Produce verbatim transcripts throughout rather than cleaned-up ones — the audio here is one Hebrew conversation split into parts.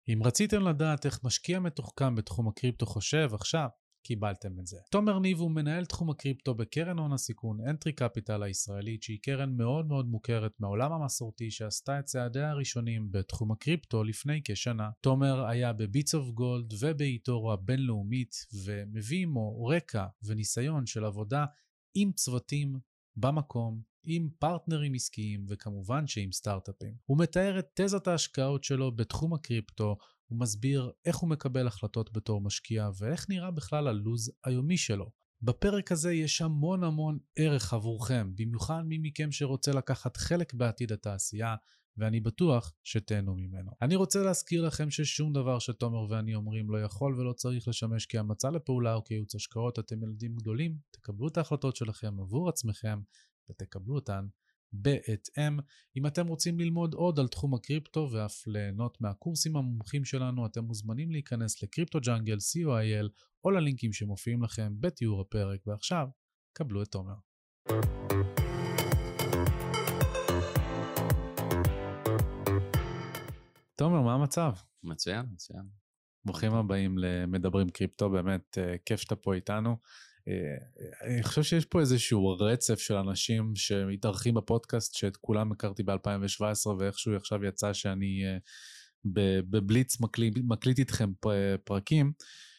אם רציתם לדעת איך משקיע מתוחכם בתחום הקריפטו חושב, עכשיו קיבלתם את זה. תומר ניב הוא מנהל תחום הקריפטו בקרן הון הסיכון Entry Capital הישראלית, שהיא קרן מאוד מאוד מוכרת מהעולם המסורתי שעשתה את צעדיה הראשונים בתחום הקריפטו לפני כשנה. תומר היה בביטס אוף גולד ובאיתורו הבינלאומית, ומביא עמו רקע וניסיון של עבודה עם צוותים במקום, עם פרטנרים עסקיים וכמובן שעם סטארט-אפים. הוא מתאר את תזת ההשקעות שלו בתחום הקריפטו, הוא מסביר איך הוא מקבל החלטות בתור משקיע ואיך נראה בכלל הלוז היומי שלו. בפרק הזה יש המון המון ערך עבורכם, במיוחד מי מכם שרוצה לקחת חלק בעתיד התעשייה, ואני בטוח שתהנו ממנו. אני רוצה להזכיר לכם ששום דבר שתומר ואני אומרים לא יכול ולא צריך לשמש כהמלצה לפעולה או כייעוץ השקעות. אתם ילדים גדולים, תקבלו את ההחלטות שלכם עבור עצמכם ותקבלו אותן בהתאם. אם אתם רוצים ללמוד עוד על תחום הקריפטו ואף ליהנות מהקורסים המומחים שלנו, אתם מוזמנים להיכנס לקריפטו ג'אנגל סי או איי אל או ללינקים שמופיעים לכם בתיאור הפרק. ועכשיו, קבלו את תומר. תומר, מה המצב? מצוין, מצוין. ברוכים הבאים למדברים קריפטו, באמת כיף שאתה פה איתנו. אני חושב שיש פה איזשהו רצף של אנשים שמתארחים בפודקאסט, שאת כולם הכרתי ב-אלפיים שבע עשרה, ואיכשהו עכשיו יצא שאני בבליץ מקליט, מקליט איתכם פרקים.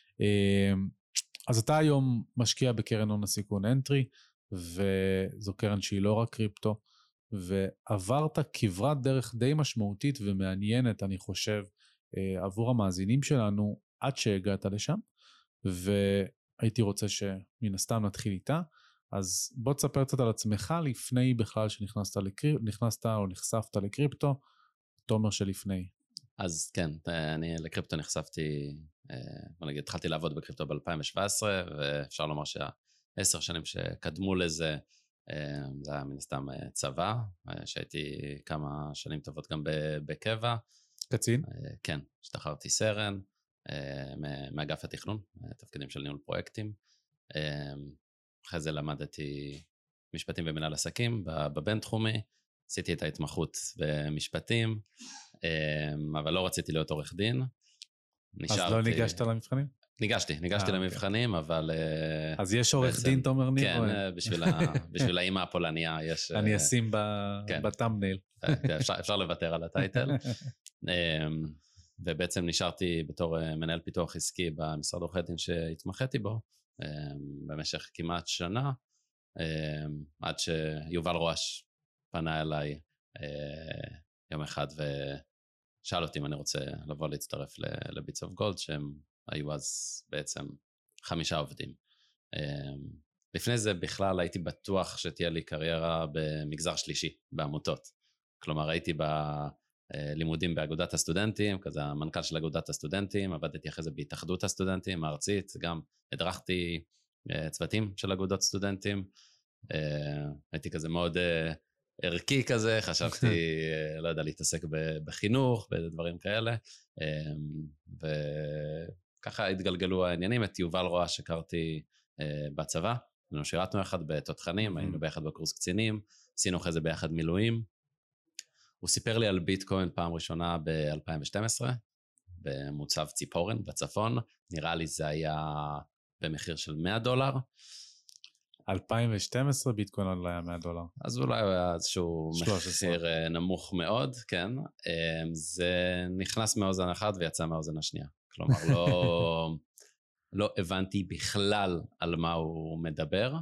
אז אתה היום משקיע בקרן הון הסיכון Entry, וזו קרן שהיא לא רק קריפטו, ועברת כברת דרך די משמעותית ומעניינת, אני חושב, עבור המאזינים שלנו, עד שהגעת לשם, והייתי רוצה שמן הסתם נתחיל איתה. אז בוא תספר קצת על עצמך לפני בכלל שנכנסת לקריפ... נכנסת או נחשפת לקריפטו, תומר שלפני. אז כן, אני לקריפטו נחשפתי, בוא נגיד, התחלתי לעבוד בקריפטו ב-אלפיים שבע עשרה, ואפשר לומר שהעשר שנים שקדמו לזה, זה היה מן הסתם צבא, שהייתי כמה שנים טובות גם בקבע. קצין? כן, השתחררתי סרן, מאגף התכנון, תפקידים של ניהול פרויקטים. אחרי זה למדתי משפטים ומנהל עסקים בבינתחומי, עשיתי את ההתמחות במשפטים, אבל לא רציתי להיות עורך דין. אז לא ניגשת למבחנים? ניגשתי, ניגשתי למבחנים, אבל... אז יש עורך דין, תומר ניב? כן, בשביל האמא הפולניה יש... אני אשים בטאמנייל. אפשר לוותר על הטייטל. ובעצם נשארתי בתור מנהל פיתוח עסקי במשרד עורכי דין שהתמחיתי בו, במשך כמעט שנה, עד שיובל רואש פנה אליי יום אחד ושאל אותי אם אני רוצה לבוא להצטרף לביטס אוף גולד, שהם היו אז בעצם חמישה עובדים. לפני זה בכלל הייתי בטוח שתהיה לי קריירה במגזר שלישי, בעמותות. כלומר, הייתי בלימודים באגודת הסטודנטים, כזה המנכ"ל של אגודת הסטודנטים, עבדתי אחרי זה בהתאחדות הסטודנטים הארצית, גם הדרכתי צוותים של אגודות סטודנטים, הייתי כזה מאוד ערכי כזה, חשבתי, לא יודע, להתעסק בחינוך, בדברים כאלה, וככה התגלגלו העניינים. את יובל רואה שקרתי בצבע, אנחנו שירתנו יחד בתותחנים, היינו ביחד בקורס קצינים, עשינו אחרי זה ביחד מילואים. הוא סיפר לי על ביטקוין פעם ראשונה ב-אלפיים ושתים עשרה, במוצב ציפורן בצפון, נראה לי זה היה במחיר של מאה דולר. אלפיים ושתים עשרה ביטקוין עוד לא היה מאה דולר. אז אולי היה איזשהו מחיר נמוך מאוד, כן. זה נכנס מאוזן אחד ויצא מאוזן השנייה. כלומר, לא, לא הבנתי בכלל על מה הוא מדבר.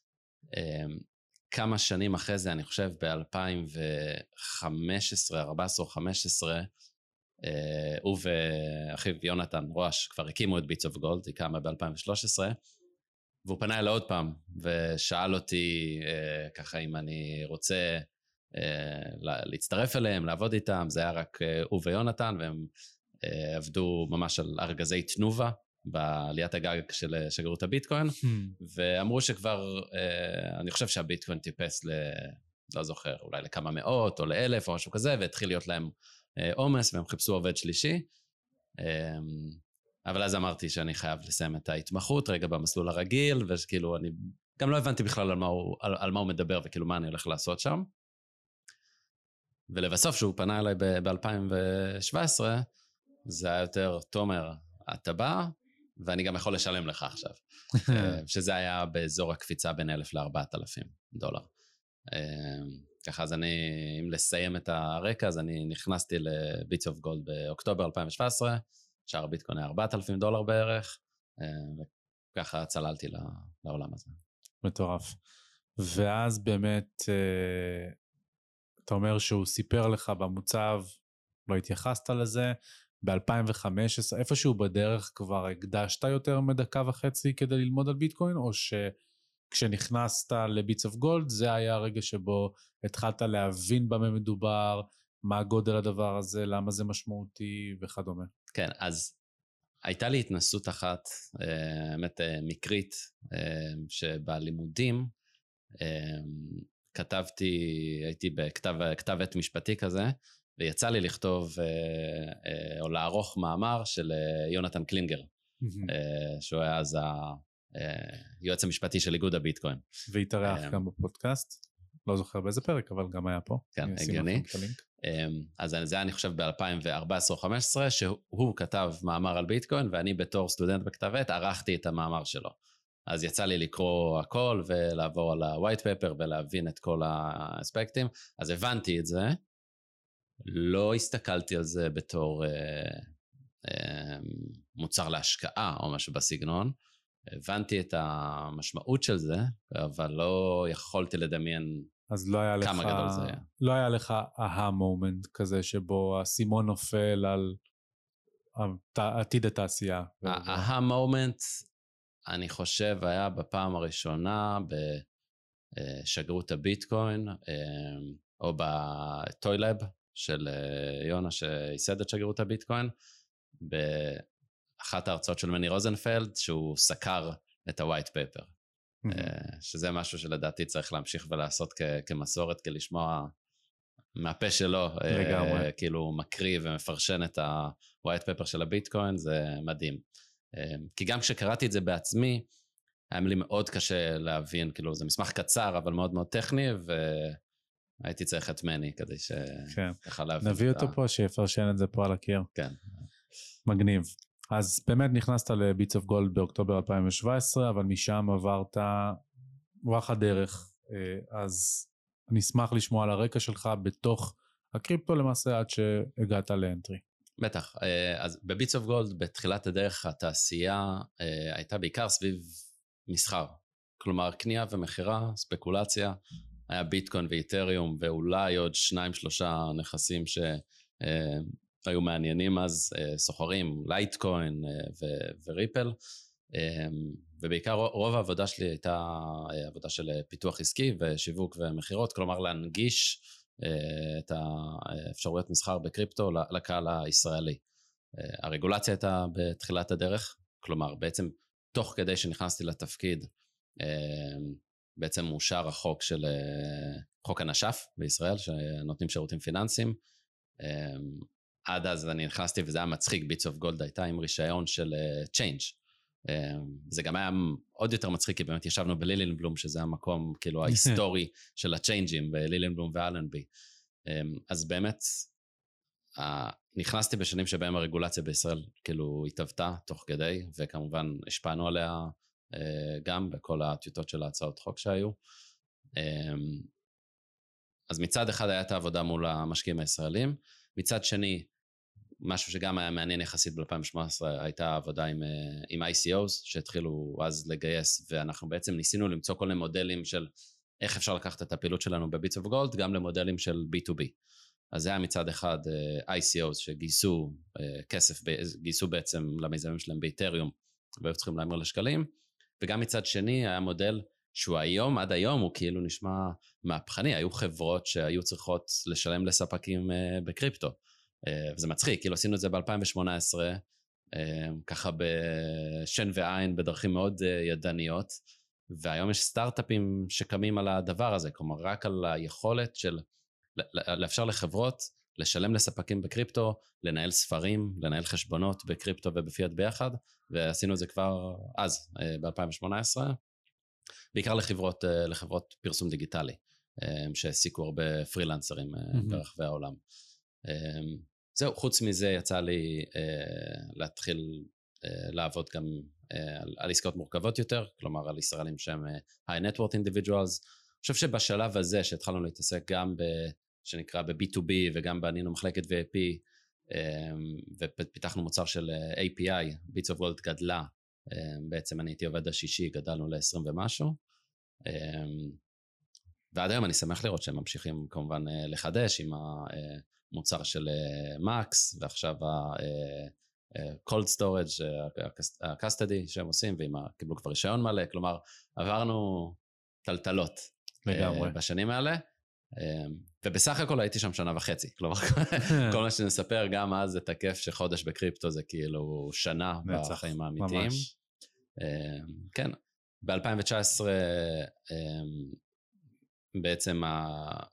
כמה שנים אחרי זה, אני חושב ב-אלפיים וחמש עשרה, ארבע עשרה או חמש עשרה, הוא ואחיו יונתן רואש כבר הקימו את ביטס אוף גולד, היא קמה ב-אלפיים ושלוש עשרה, והוא פנה אליי עוד פעם, ושאל אותי ככה אם אני רוצה להצטרף אליהם, לעבוד איתם. זה היה רק הוא ויונתן, והם עבדו ממש על ארגזי תנובה, בעליית הגג של שגרירות הביטקוין, ואמרו שכבר, אני חושב שהביטקוין טיפס ל... לא זוכר, אולי לכמה מאות או לאלף או משהו כזה, והתחיל להיות להם אומס, והם חיפשו עובד שלישי. אבל אז אמרתי שאני חייב לסיים את ההתמחות רגע במסלול הרגיל, וכאילו אני גם לא הבנתי בכלל על מה הוא, על, על מה הוא מדבר, וכאילו מה אני הולך לעשות שם. ולבסוף שהוא פנה אליי ב-אלפיים שבע עשרה, זה היה יותר, תומר, אתה בא, ואני גם יכול לשלם לך עכשיו. שזה היה באזור הקפיצה בין אלף לארבעת אלפים דולר. ככה, אז אני, אם לסיים את הרקע, אז אני נכנסתי לביטס אוף גולד באוקטובר אלפיים שבע עשרה, שער הביטקוין היה ארבעת אלפים דולר בערך, וככה צללתי לעולם הזה. מטורף. ואז באמת, אתה אומר שהוא סיפר לך במוצב, לא התייחסת לזה, ב-אלפיים וחמש עשרה, איפשהו בדרך כבר הקדשת יותר מדקה וחצי כדי ללמוד על ביטקוין, או שכשנכנסת לביטס אוף גולד, זה היה הרגע שבו התחלת להבין במה מדובר, מה גודל הדבר הזה, למה זה משמעותי וכדומה. כן, אז הייתה לי התנסות אחת, האמת מקרית, שבלימודים כתבתי, הייתי בכתב כתב עת משפטי כזה, ויצא לי לכתוב או לערוך מאמר של יונתן קלינגר, שהוא היה אז היועץ המשפטי של איגוד הביטקוין. והתארח גם בפודקאסט, לא זוכר באיזה פרק, אבל גם היה פה. כן, הגיוני. אז זה אני חושב ב-אלפיים וארבע עשרה או חמש עשרה, שהוא כתב מאמר על ביטקוין, ואני בתור סטודנט בכתב עת ערכתי את המאמר שלו. אז יצא לי לקרוא הכל ולעבור על ה-white paper ולהבין את כל האספקטים, אז הבנתי את זה, לא הסתכלתי על זה בתור אה, אה, מוצר להשקעה או משהו בסגנון, הבנתי את המשמעות של זה, אבל לא יכולתי לדמיין אז לא היה כמה לך, גדול זה היה. לא היה לך ה-moment כזה שבו הסימון נופל על עתיד התעשייה. ה-moment, אני חושב, היה בפעם הראשונה בשגרירות הביטקוין, או בטוילב של יונה שייסד את שגרירות הביטקוין, באחת ההרצאות של מני רוזנפלד, שהוא סקר את ה-white paper, שזה משהו שלדעתי צריך להמשיך ולעשות כמסורת, כלשמוע מהפה שלו, כאילו מקריא ומפרשן את ה-white paper של הביטקוין, זה מדהים. כי גם כשקראתי את זה בעצמי, היה לי מאוד קשה להבין, כאילו זה מסמך קצר, אבל מאוד מאוד טכני, והייתי צריך את מני כדי שככה להבין. נביא אותו פה, שיפרשן את זה פה על הקיר. כן. מגניב. אז באמת נכנסת לביטס אוף גולד באוקטובר אלפיים שבע עשרה, אבל משם עברת וואחד דרך, אז אני אשמח לשמוע על הרקע שלך בתוך הקריפטו למעשה, עד שהגעת לאנטרי. בטח, אז בביטס אוף גולד בתחילת הדרך התעשייה הייתה בעיקר סביב מסחר, כלומר קנייה ומחירה, ספקולציה, היה ביטקוין ואיתריום ואולי עוד שניים שלושה נכסים שהיו מעניינים אז, סוחרים, לייטקוין וריפל, ובעיקר רוב העבודה שלי הייתה עבודה של פיתוח עסקי ושיווק ומחירות, כלומר להנגיש את האפשרויות מסחר בקריפטו לקהל הישראלי. הרגולציה הייתה בתחילת הדרך, כלומר בעצם תוך כדי שנכנסתי לתפקיד, בעצם מאושר החוק של חוק הנשף בישראל, שנותנים שירותים פיננסיים. עד אז אני נכנסתי וזה היה מצחיק, ביטס אוף גולד הייתה עם רישיון של Change. זה גם היה עוד יותר מצחיק, כי באמת ישבנו בלילנבלום, שזה המקום כאילו ההיסטורי של הצ'יינג'ים, בלילנבלום ואלנבי. אז באמת, נכנסתי בשנים שבהם הרגולציה בישראל כאילו התהוותה תוך כדי, וכמובן השפענו עליה גם בכל הטיוטות של ההצעות חוק שהיו. אז מצד אחד הייתה העבודה מול המשקיעים הישראלים, מצד שני, משהו שגם היה מעניין יחסית ב-אלפיים שמונה עשרה, הייתה עבודה עם, עם איי סי או'ס, שהתחילו אז לגייס, ואנחנו בעצם ניסינו למצוא כל מיני מודלים של איך אפשר לקחת את הפעילות שלנו בביטס אוף גולד, גם למודלים של בי טו בי. אז זה היה מצד אחד איי סי או'ס שגייסו כסף, גייסו בעצם למיזמים שלהם באיתריום, והיו צריכים להמיר לשקלים, וגם מצד שני היה מודל שהוא היום, עד היום הוא כאילו נשמע מהפכני, היו חברות שהיו צריכות לשלם לספקים בקריפטו, וזה מצחיק, כאילו עשינו את זה ב-אלפיים שמונה עשרה, ככה בשן ועין, בדרכים מאוד ידניות, והיום יש סטארט-אפים שקמים על הדבר הזה, כלומר רק על היכולת של לאפשר לחברות לשלם לספקים בקריפטו, לנהל ספרים, לנהל חשבונות בקריפטו ובפיאט ביחד, ועשינו את זה כבר אז, ב-אלפיים שמונה עשרה, בעיקר לחברות, לחברות פרסום דיגיטלי, שהעסיקו הרבה פרילנסרים ברחבי העולם. זהו, חוץ מזה יצא לי אה, להתחיל אה, לעבוד גם אה, על, על עסקאות מורכבות יותר, כלומר על ישראלים שהם אה, high net worth individuals. אני חושב שבשלב הזה שהתחלנו להתעסק גם ב, שנקרא ב-בי טו בי וגם בנינו מחלקת וי איי פי, אה, ופיתחנו מוצר של אה, איי פי איי, Bits of Gold גדלה, אה, בעצם אני הייתי עובד השישי, גדלנו ל-עשרים ומשהו, אה, ועד היום אני שמח לראות שהם ממשיכים כמובן אה, לחדש עם ה... אה, מוצר של מקס, ועכשיו ה-cold storage, ה-custody שהם עושים, והם קיבלו כבר רישיון מלא, כלומר, עברנו טלטלות לגמרי. בשנים האלה, ובסך הכל הייתי שם שנה וחצי, כלומר, כל מה שנספר גם אז זה תקף שחודש בקריפטו זה כאילו שנה בחיים האמיתיים. ממש. כן, ב-אלפיים תשע עשרה בעצם ה...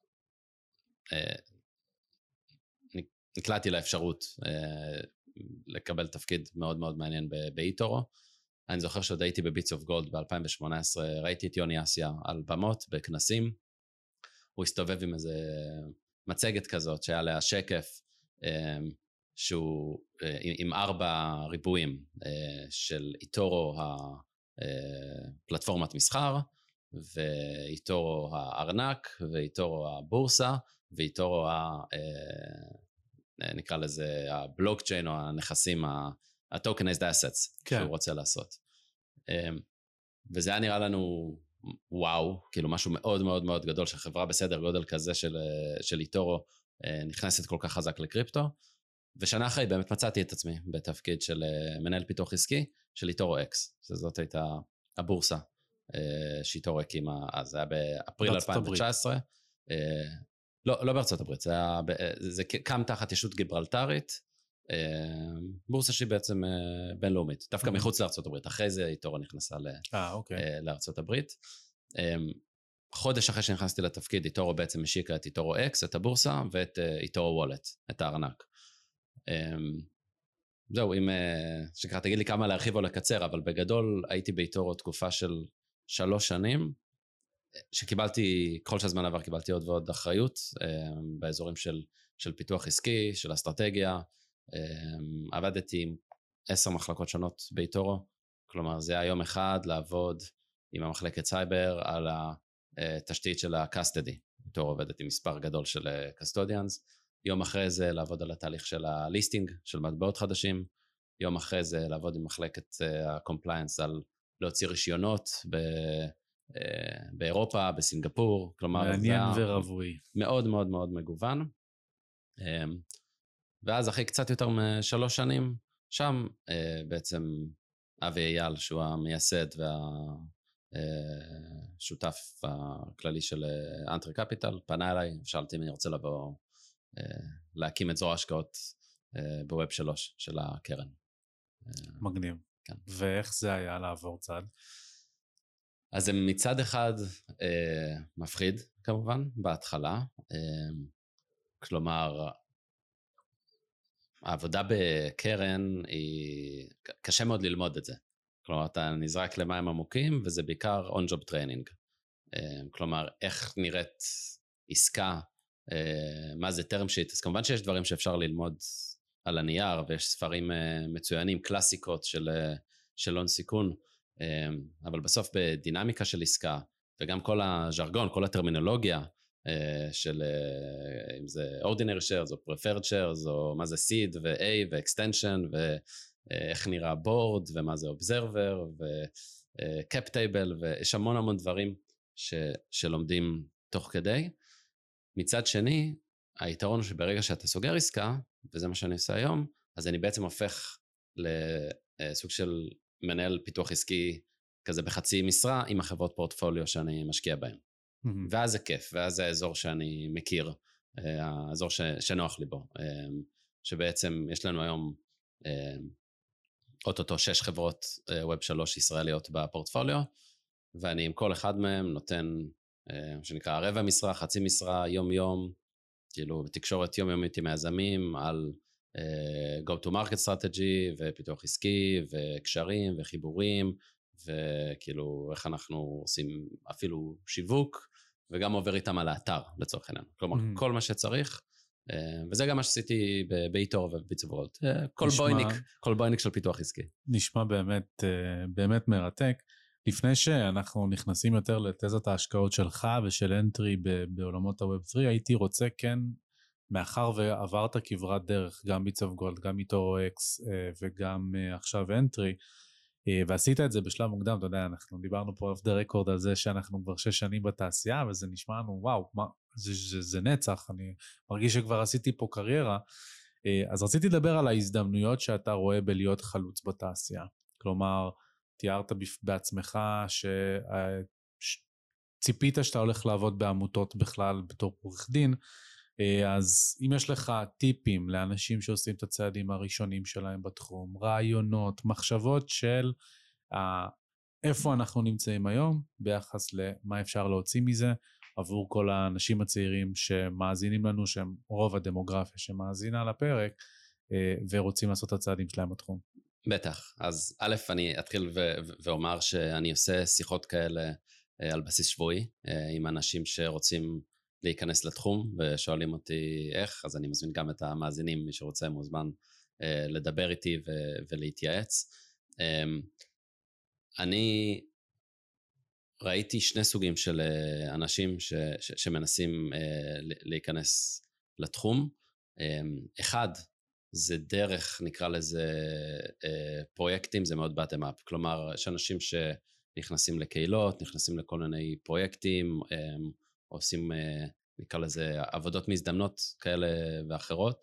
נקלעתי לאפשרות אה, לקבל תפקיד מאוד מאוד מעניין באיטורו. אני זוכר שעוד הייתי בביטס אוף גולד ב-אלפיים שמונה עשרה, ראיתי את יוני אסיה על במות בכנסים, הוא הסתובב עם איזה מצגת כזאת שהיה לה שקף אה, שהוא אה, עם ארבע ריבועים אה, של איטורו הפלטפורמת מסחר, ואיטורו הארנק, ואיטורו הבורסה, ואיטורו ה... נקרא לזה הבלוקצ'יין או הנכסים, ה-tokenized assets, כן. שהוא רוצה לעשות. וזה היה נראה לנו וואו, כאילו משהו מאוד מאוד מאוד גדול, שחברה בסדר גודל כזה של, של איטורו נכנסת כל כך חזק לקריפטו, ושנה אחרי באמת מצאתי את עצמי בתפקיד של מנהל פיתוח עסקי של איטורו אקס, שזאת הייתה הבורסה שאיטורו הקימה, אז זה היה באפריל אלפיים תשע עשרה, לא, לא בארצות הברית, זה, היה, זה קם תחת ישות גיברלטרית, בורסה שהיא בעצם בינלאומית, דווקא מחוץ לארצות הברית, אחרי זה איטורו נכנסה לארצות הברית. חודש אחרי שנכנסתי לתפקיד, איטורו בעצם השיקה את איטורו אקס, את הבורסה, ואת איטורו וולט, את הארנק. זהו, אם שקרא, תגיד לי כמה להרחיב או לקצר, אבל בגדול הייתי באיטורו תקופה של שלוש שנים, שקיבלתי, כל שהזמן עבר קיבלתי עוד ועוד אחריות, באזורים של, של פיתוח עסקי, של אסטרטגיה, עבדתי עם עשר מחלקות שונות באיטורו, כלומר זה היה יום אחד לעבוד עם המחלקת סייבר על התשתית של הקסטדי, איטורו עובדת עם מספר גדול של קסטודיאנס, יום אחרי זה לעבוד על התהליך של הליסטינג, של מטבעות חדשים, יום אחרי זה לעבוד עם מחלקת הקומפליינס על להוציא רישיונות ב... באירופה, בסינגפור, כלומר, מעניין ורבוי. מאוד מאוד מאוד מגוון. ואז אחרי קצת יותר משלוש שנים, שם בעצם אבי אייל, שהוא המייסד והשותף הכללי של אנטרי קפיטל, פנה אליי, ושאלתי אם אני רוצה לבוא להקים את זרוע השקעות בווב שלוש של הקרן. מגניב. כן. ואיך זה היה לעבור צד? אז זה מצד אחד אה, מפחיד כמובן בהתחלה, אה, כלומר העבודה בקרן היא קשה מאוד ללמוד את זה, כלומר אתה נזרק למים עמוקים וזה בעיקר on job training, אה, כלומר איך נראית עסקה, אה, מה זה term sheet, אז כמובן שיש דברים שאפשר ללמוד על הנייר ויש ספרים אה, מצוינים, קלאסיקות של, אה, של הון סיכון, אבל בסוף בדינמיקה של עסקה, וגם כל הז'רגון, כל הטרמינולוגיה של אם זה ordinary shares או preferred shares, או מה זה seed ו-A ו-extension, ואיך נראה board, ומה זה observer, ו-cap table, ויש המון המון דברים ש- שלומדים תוך כדי. מצד שני, היתרון הוא שברגע שאתה סוגר עסקה, וזה מה שאני עושה היום, אז אני בעצם הופך לסוג של מנהל פיתוח עסקי כזה בחצי משרה עם החברות פורטפוליו שאני משקיע בהן. Mm-hmm. ואז זה כיף, ואז זה האזור שאני מכיר, האזור ש, שנוח לי בו, שבעצם יש לנו היום אוטוטו שש חברות ווב שלוש ישראליות בפורטפוליו, ואני עם כל אחד מהם נותן, שנקרא רבע משרה, חצי משרה, יום יום, כאילו בתקשורת יום יומית עם היזמים על go to market strategy ופיתוח עסקי וקשרים וחיבורים וכאילו איך אנחנו עושים אפילו שיווק וגם עובר איתם על האתר לצורך העניין. כלומר mm-hmm. כל מה שצריך וזה גם מה שעשיתי באיתור ובביצוורולט. קולבויניק, קולבויניק של פיתוח עסקי. נשמע באמת, באמת מרתק. לפני שאנחנו נכנסים יותר לתזת ההשקעות שלך ושל אנטרי בעולמות הווב שלוש, הייתי רוצה כן, מאחר ועברת כברת דרך, גם ביצוורולט, גם איתור אקס וגם עכשיו אנטרי, ועשית את זה בשלב מוקדם, אתה יודע, אנחנו דיברנו פה אוף דה רקורד על זה שאנחנו כבר שש שנים בתעשייה, וזה נשמע לנו, וואו, מה, זה, זה, זה נצח, אני מרגיש שכבר עשיתי פה קריירה, אז רציתי לדבר על ההזדמנויות שאתה רואה בלהיות חלוץ בתעשייה, כלומר, תיארת בעצמך שציפית שאתה הולך לעבוד בעמותות בכלל בתור עורך דין, אז אם יש לך טיפים לאנשים שעושים את הצעדים הראשונים שלהם בתחום, רעיונות, מחשבות של איפה אנחנו נמצאים היום, ביחס למה אפשר להוציא מזה, עבור כל האנשים הצעירים שמאזינים לנו, שהם רוב הדמוגרפיה שמאזינה לפרק, ורוצים לעשות את הצעדים שלהם בתחום. בטח, אז א', אני אתחיל ו- ואומר שאני עושה שיחות כאלה על בסיס שבועי, עם אנשים שרוצים להיכנס לתחום, ושואלים אותי איך, אז אני מזמין גם את המאזינים, מי שרוצה מוזמן לדבר איתי ו- ולהתייעץ. אני ראיתי שני סוגים של אנשים ש- ש- שמנסים להיכנס לתחום. אחד, זה דרך, נקרא לזה פרויקטים, זה מאוד bottom up. כלומר, יש אנשים שנכנסים לקהילות, נכנסים לכל מיני פרויקטים, עושים, נקרא לזה, עבודות מזדמנות כאלה ואחרות,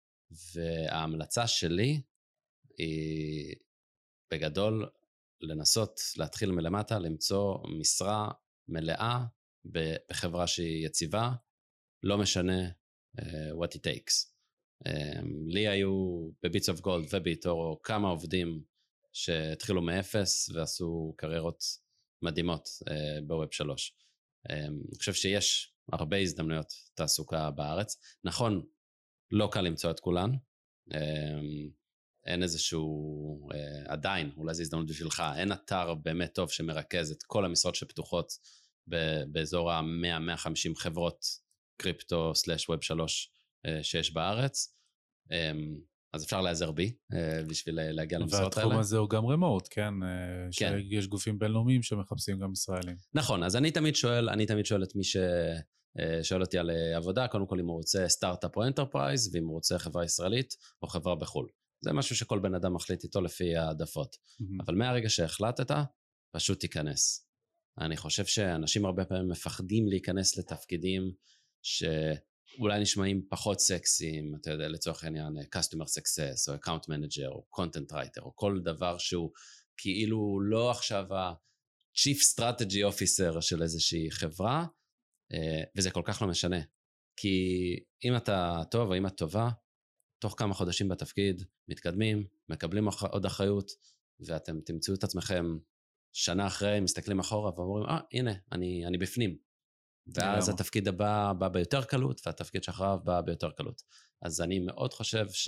וההמלצה שלי היא בגדול לנסות להתחיל מלמטה, למצוא משרה מלאה בחברה שהיא יציבה, לא משנה uh, what it takes. Um, לי היו בביטס אוף גולד ובאיתורו כמה עובדים שהתחילו מאפס ועשו קריירות מדהימות uh, בווב שלוש. Um, אני חושב שיש הרבה הזדמנויות תעסוקה בארץ. נכון, לא קל למצוא את כולן. Um, אין איזשהו, uh, עדיין, אולי זו הזדמנות בשבילך, אין אתר באמת טוב שמרכז את כל המשרות שפתוחות ב- באזור ה-מאה עד מאה וחמישים חברות קריפטו סלש ווב שלוש uh, שיש בארץ. Um, אז אפשר לעזר בי uh, בשביל להגיע למשרות האלה. והתחום הזה הוא גם רמוט, כן? Uh, כן. שיש גופים בינלאומיים שמחפשים גם ישראלים. נכון, אז אני תמיד שואל, אני תמיד שואל את מי ששואל אותי על עבודה, קודם כל אם הוא רוצה סטארט-אפ או אנטרפרייז, ואם הוא רוצה חברה ישראלית או חברה בחול. זה משהו שכל בן אדם מחליט איתו לפי העדפות. Mm-hmm. אבל מהרגע שהחלטת, פשוט תיכנס. אני חושב שאנשים הרבה פעמים מפחדים להיכנס לתפקידים שאולי נשמעים פחות סקסיים, אתה יודע, לצורך העניין, Customer Success, או Account Manager, או Content Writer, או כל דבר שהוא כאילו לא עכשיו ה... Chief Strategy Officer של איזושהי חברה, וזה כל כך לא משנה. כי אם אתה טוב או אם את טובה, תוך כמה חודשים בתפקיד, מתקדמים, מקבלים עוד אחריות, ואתם תמצאו את עצמכם שנה אחרי, מסתכלים אחורה ואומרים, אה, הנה, אני, אני בפנים. ואז yeah. התפקיד הבא בא ביותר קלות, והתפקיד שאחריו בא ביותר קלות. אז אני מאוד חושב ש...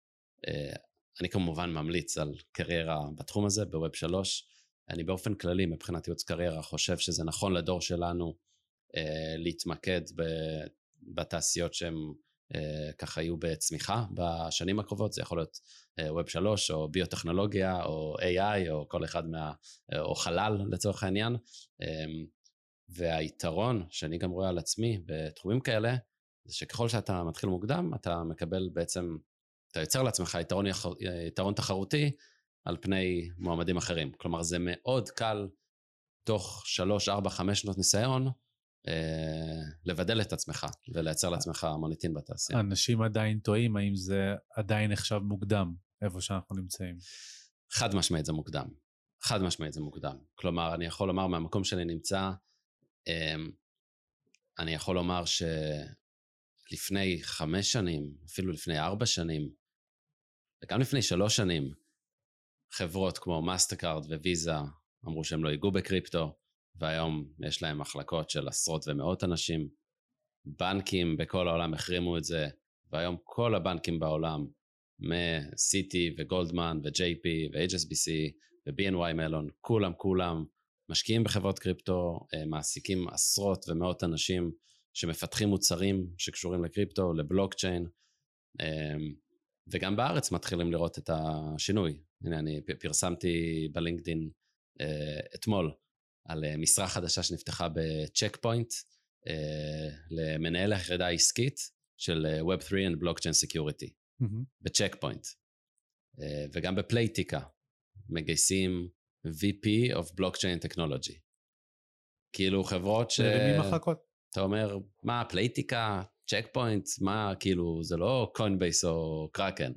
אני כמובן ממליץ על קריירה בתחום הזה, בווב שלוש, אני באופן כללי, מבחינת ייעוץ קריירה, חושב שזה נכון לדור שלנו אה, להתמקד ב, בתעשיות שהן אה, ככה יהיו בצמיחה בשנים הקרובות, זה יכול להיות אה, ווב שלוש או ביוטכנולוגיה או איי איי או כל אחד מה, או חלל לצורך העניין, אה, והיתרון שאני גם רואה על עצמי בתחומים כאלה, זה שככל שאתה מתחיל מוקדם, אתה מקבל בעצם, אתה יוצר לעצמך יתרון, יתרון תחרותי, על פני מועמדים אחרים. כלומר, זה מאוד קל, תוך שלוש, ארבע, חמש שנות ניסיון, אה, לבדל את עצמך, ולייצר לעצמך מוניטין בתעשייה. אנשים עדיין טועים, האם זה עדיין נחשב מוקדם, איפה שאנחנו נמצאים? חד משמעית זה מוקדם. חד משמעית זה מוקדם. כלומר, אני יכול לומר, מהמקום שאני נמצא, אה, אני יכול לומר שלפני חמש שנים, אפילו לפני ארבע שנים, וגם לפני שלוש שנים, חברות כמו מאסטרקארד וויזה אמרו שהם לא ייגעו בקריפטו, והיום יש להם מחלקות של עשרות ומאות אנשים. בנקים בכל העולם החרימו את זה, והיום כל הבנקים בעולם, מ-סיטי וגולדמן ו-ג'יי פי ו-אייץ' אס בי סי ו-בי אן וואי מלון, כולם כולם משקיעים בחברות קריפטו, מעסיקים עשרות ומאות אנשים שמפתחים מוצרים שקשורים לקריפטו, לבלוקצ'יין, וגם בארץ מתחילים לראות את השינוי. הנה, אני פרסמתי בלינקדין אתמול על משרה חדשה שנפתחה בצ'ק פוינט, למנהל היחידה העסקית של ווב תרי and Blockchain Security, mm-hmm. בצ'ק פוינט. וגם בפלייטיקה, מגייסים וי פי of Blockchain Technology. כאילו חברות ש... מרימים מחלקות. אתה אומר, מה, פלייטיקה, צ'ק פוינט, מה, כאילו, זה לא קוינבייס או קראקן.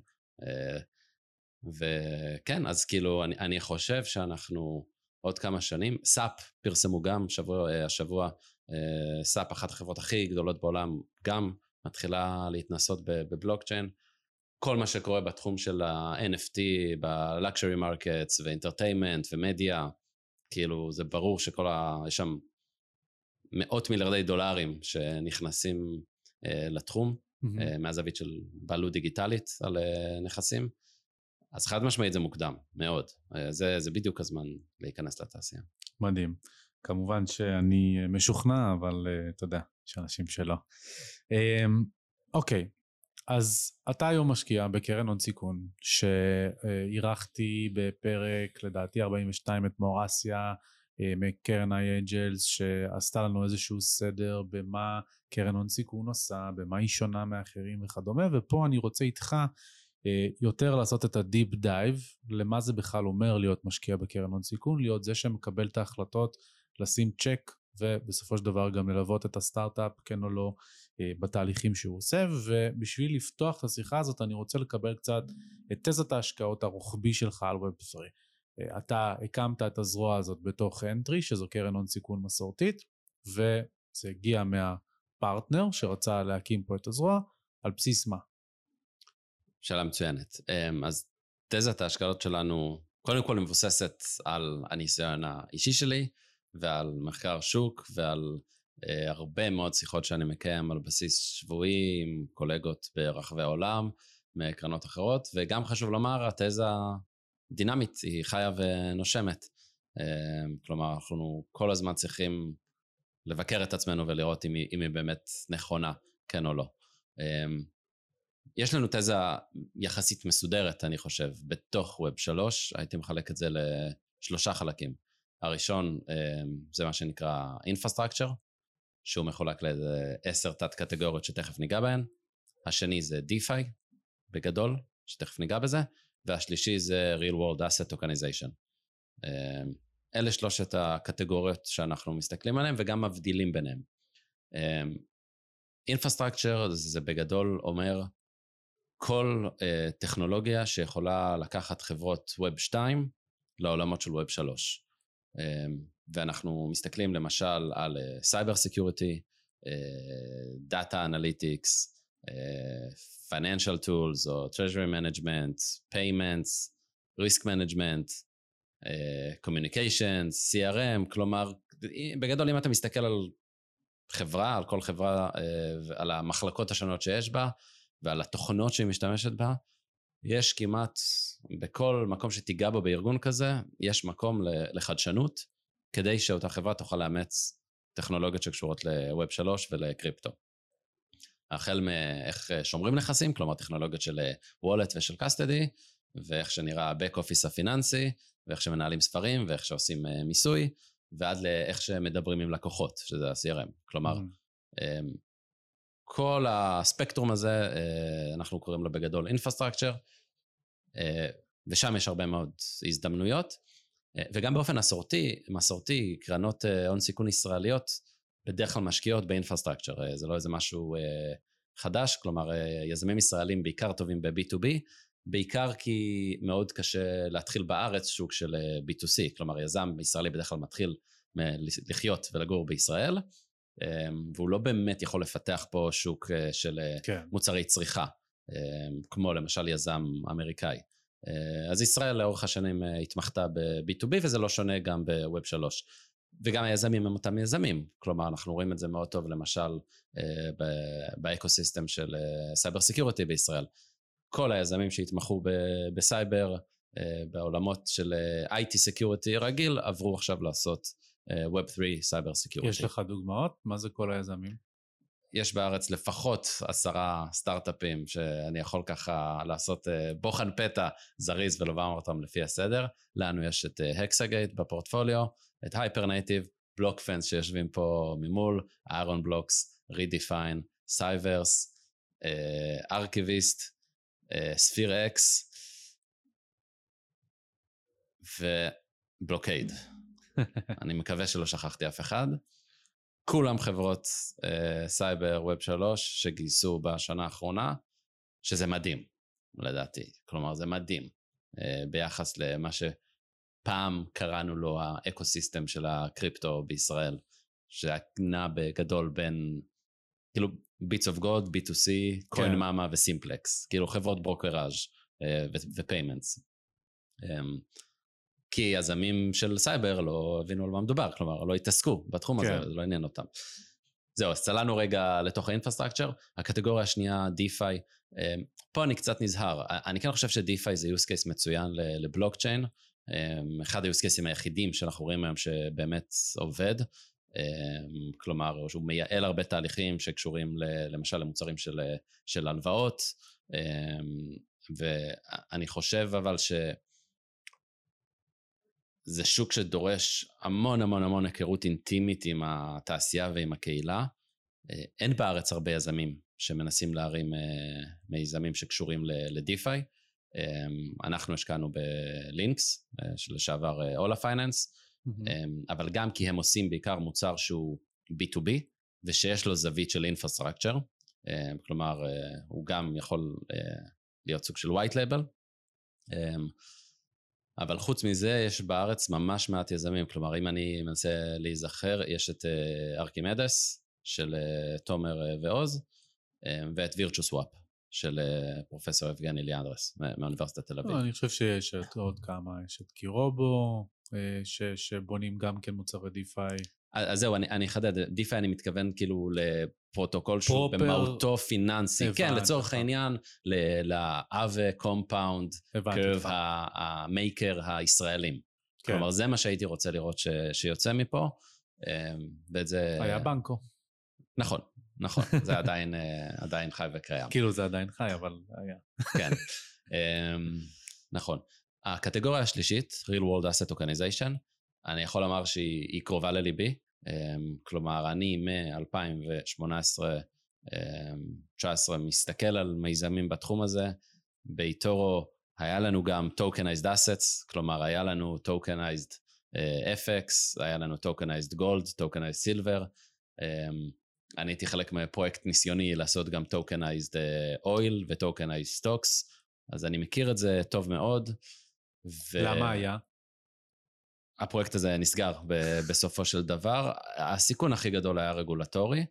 וכן, אז כאילו, אני, אני חושב שאנחנו עוד כמה שנים, סאפ פרסמו גם שבוע, השבוע, סאפ, אחת החברות הכי גדולות בעולם, גם מתחילה להתנסות בבלוקצ'יין. כל מה שקורה בתחום של ה-אן אף טי, ב-luxury markets ו-entertainment ומדיה, כאילו זה ברור שכל ה... יש שם מאות מיליארדי דולרים שנכנסים uh, לתחום, mm-hmm. uh, מהזווית של בעלות דיגיטלית על uh, נכסים, אז חד משמעית זה מוקדם, מאוד. Uh, זה, זה בדיוק הזמן להיכנס לתעשייה. מדהים. כמובן שאני משוכנע, אבל uh, אתה יודע, יש אנשים שלא. Um, אוקיי. אז אתה היום משקיע בקרן הון סיכון, שאירחתי בפרק, לדעתי ארבעים ושתיים, את מאורסיה, מקרן איי-אנג'לס, שעשתה לנו איזשהו סדר במה קרן הון סיכון עושה, במה היא שונה מאחרים וכדומה, ופה אני רוצה איתך יותר לעשות את הדיפ דייב, למה זה בכלל אומר להיות משקיע בקרן הון סיכון, להיות זה שמקבל את ההחלטות, לשים צ'ק, ובסופו של דבר גם ללוות את הסטארט-אפ, כן או לא, בתהליכים שהוא עושה, ובשביל לפתוח את השיחה הזאת אני רוצה לקבל קצת את תזת ההשקעות הרוחבי שלך על ווב תרי. אתה הקמת את הזרוע הזאת בתוך אנטרי, שזו קרן הון סיכון מסורתית, וזה הגיע מהפרטנר שרצה להקים פה את הזרוע, על בסיס מה? שאלה מצוינת. אז תזת ההשקעות שלנו, קודם כל מבוססת על הניסיון האישי שלי, ועל מחקר שוק, ועל uh, הרבה מאוד שיחות שאני מקיים על בסיס שבועי עם קולגות ברחבי העולם, מקרנות אחרות, וגם חשוב לומר, התזה דינמית, היא חיה ונושמת. Uh, כלומר, אנחנו כל הזמן צריכים לבקר את עצמנו ולראות אם היא, אם היא באמת נכונה, כן או לא. Uh, יש לנו תזה יחסית מסודרת, אני חושב, בתוך ווב שלוש, הייתי מחלק את זה לשלושה חלקים. הראשון זה מה שנקרא Infrastructure, שהוא מחולק לאיזה עשר תת קטגוריות שתכף ניגע בהן. השני זה DeFi, בגדול, שתכף ניגע בזה, והשלישי זה Real World Asset Tokenization. אלה שלושת הקטגוריות שאנחנו מסתכלים עליהן, וגם מבדילים ביניהם. Infrastructure זה בגדול אומר, כל טכנולוגיה שיכולה לקחת חברות ווב שתיים לעולמות של ווב שלוש. ואנחנו מסתכלים למשל על סייבר סקיוריטי, דאטה אנליטיקס, פייננשל טולס או טרז'רי מנג'מנט, פיימנטס, ריסק מנג'מנט, קומיוניקיישנס, סי אר אם, כלומר, בגדול אם אתה מסתכל על חברה, על כל חברה, על המחלקות השונות שיש בה, ועל התוכנות שהיא משתמשת בה, יש כמעט, בכל מקום שתיגע בו בארגון כזה, יש מקום לחדשנות, כדי שאותה חברה תוכל לאמץ טכנולוגיות שקשורות לווב שלוש ולקריפטו. החל מאיך שומרים נכסים, כלומר טכנולוגיות של וולט ושל קסטדי, ואיך שנראה ה-back office הפיננסי, ואיך שמנהלים ספרים, ואיך שעושים מיסוי, ועד לאיך שמדברים עם לקוחות, שזה ה-סי אר אם. כלומר, mm. כל הספקטרום הזה, אנחנו קוראים לו בגדול Infrastructure, ושם יש הרבה מאוד הזדמנויות, וגם באופן מסורתי, מסורתי, קרנות הון סיכון ישראליות, בדרך כלל משקיעות ב-Infrastructure, זה לא איזה משהו חדש, כלומר, יזמים ישראלים בעיקר טובים ב-בי טו בי, בעיקר כי מאוד קשה להתחיל בארץ שוק של בי טו סי, כלומר, יזם ישראלי בדרך כלל מתחיל לחיות ולגור בישראל, והוא לא באמת יכול לפתח פה שוק של כן. מוצרי צריכה, כמו למשל יזם אמריקאי. אז ישראל לאורך השנים התמחתה ב-בי טו בי, וזה לא שונה גם ב-ווב שלוש. וגם היזמים הם אותם יזמים, כלומר אנחנו רואים את זה מאוד טוב למשל באקוסיסטם של סייבר סקיוריטי בישראל. כל היזמים שהתמחו בסייבר, בעולמות של איי טי סקיוריטי רגיל, עברו עכשיו לעשות ווב תרי סייבר סקיוריטי. יש לך דוגמאות? מה זה כל היזמים? יש בארץ לפחות עשרה סטארט-אפים שאני יכול ככה לעשות בוחן פתע זריז ולומר אותם לפי הסדר. לנו יש את Hexagate בפורטפוליו, את Hypernative, BlockFence שיושבים פה ממול, Iron Blocks, Redefine, Cyverse, Archivist, Sphere X ובלוקייד. אני מקווה שלא שכחתי אף אחד. כולם חברות סייבר ווב שלוש שגייסו בשנה האחרונה, שזה מדהים, לדעתי. כלומר, זה מדהים ביחס למה שפעם קראנו לו האקוסיסטם של הקריפטו בישראל, שנע בגדול בין, כאילו, ביטס אוף גוד, בי טו סי, קוין מאמה וסימפלקס, כאילו חברות ברוקראז' ופיימנטס. כי יזמים של סייבר לא הבינו על מה מדובר, כלומר, לא התעסקו בתחום הזה, זה לא עניין אותם. זהו, אז צלנו רגע לתוך האינפרסטרקצ'ר, הקטגוריה השנייה, דיפיי, פה אני קצת נזהר, אני כן חושב שדיפיי זה use case מצוין לבלוקצ'יין, אחד ה-use cases היחידים שאנחנו רואים היום שבאמת עובד, כלומר, שהוא מייעל הרבה תהליכים שקשורים למשל למוצרים של, של הלוואות, ואני חושב אבל ש... זה שוק שדורש המון המון המון היכרות אינטימית עם התעשייה ועם הקהילה. אין בארץ הרבה יזמים שמנסים להרים מיזמים שקשורים לדיפיי. אנחנו השקענו בלינקס, שלשעבר אולה פייננס, אבל גם כי הם עושים בעיקר מוצר שהוא בי טו בי, ושיש לו זווית של אינפרסטרקצ'ר, כלומר, הוא גם יכול להיות סוג של white label, אבל חוץ מזה יש בארץ ממש מעט יזמים, כלומר אם אני מנסה להיזכר, יש את ארקימדס של תומר ועוז, ואת וירצ'וסוואפ של פרופסור אבגני ליאנדרס מאוניברסיטת תל אביב. אני חושב שיש עוד כמה, יש את קירובו, שבונים גם כן מוצרי דיפיי. אז זהו, אני אחדד, דיפיי אני מתכוון כאילו לפרוטוקול שהוא במהותו פיננסי, כן, לצורך העניין, לאווה, קומפאונד, קרב המייקר הישראלים. כלומר, זה מה שהייתי רוצה לראות שיוצא מפה, ואת זה... היה בנקו. נכון, נכון, זה עדיין חי וקיים. כאילו זה עדיין חי, אבל היה. כן, נכון. הקטגוריה השלישית, Real World Asset Tokenization, אני יכול לומר שהיא קרובה לליבי, כלומר אני מ-אלפיים שמונה עשרה תשע עשרה מסתכל על מיזמים בתחום הזה, באיתורו היה לנו גם Tokenized Assets, כלומר היה לנו Tokenized אף אקס, היה לנו Tokenized Gold, Tokenized Silver, אני הייתי חלק מפרויקט ניסיוני לעשות גם Tokenized Oil ו-Tokenized Stocks, אז אני מכיר את זה טוב מאוד. ו... למה היה? הפרויקט הזה נסגר בסופו של דבר, הסיכון הכי גדול היה רגולטורי,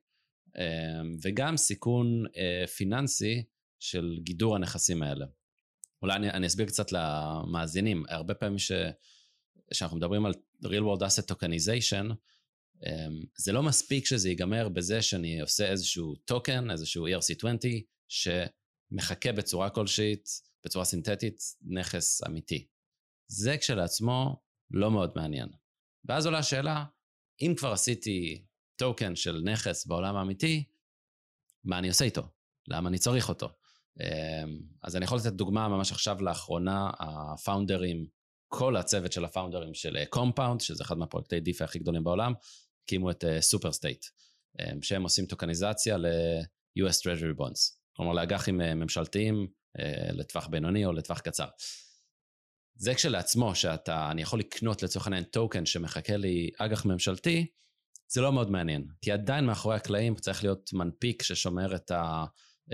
וגם סיכון פיננסי של גידור הנכסים האלה. אולי אני, אני אסביר קצת למאזינים, הרבה פעמים ש, שאנחנו מדברים על real world asset tokenization, זה לא מספיק שזה ייגמר בזה שאני עושה איזשהו טוקן, איזשהו אי אר סי עשרים, שמחכה בצורה כלשהי, בצורה סינתטית, נכס אמיתי. זה כשלעצמו לא מאוד מעניין. ואז עולה השאלה, אם כבר עשיתי טוקן של נכס בעולם האמיתי, מה אני עושה איתו? למה אני צריך אותו? אז אני יכול לתת דוגמה ממש עכשיו לאחרונה, הפאונדרים, כל הצוות של הפאונדרים של Compound, שזה אחד מהפרויקטי דיפיי הכי גדולים בעולם, הקימו את Superstate, שהם עושים טוקניזציה ל-יו אס Treasury Bonds, כלומר לאג"חים ממשלתיים, לטווח בינוני או לטווח קצר. זה כשלעצמו שאתה, אני יכול לקנות לצורך העניין טוקן שמחכה לי אג"ח ממשלתי, זה לא מאוד מעניין, כי עדיין מאחורי הקלעים צריך להיות מנפיק ששומר את ה...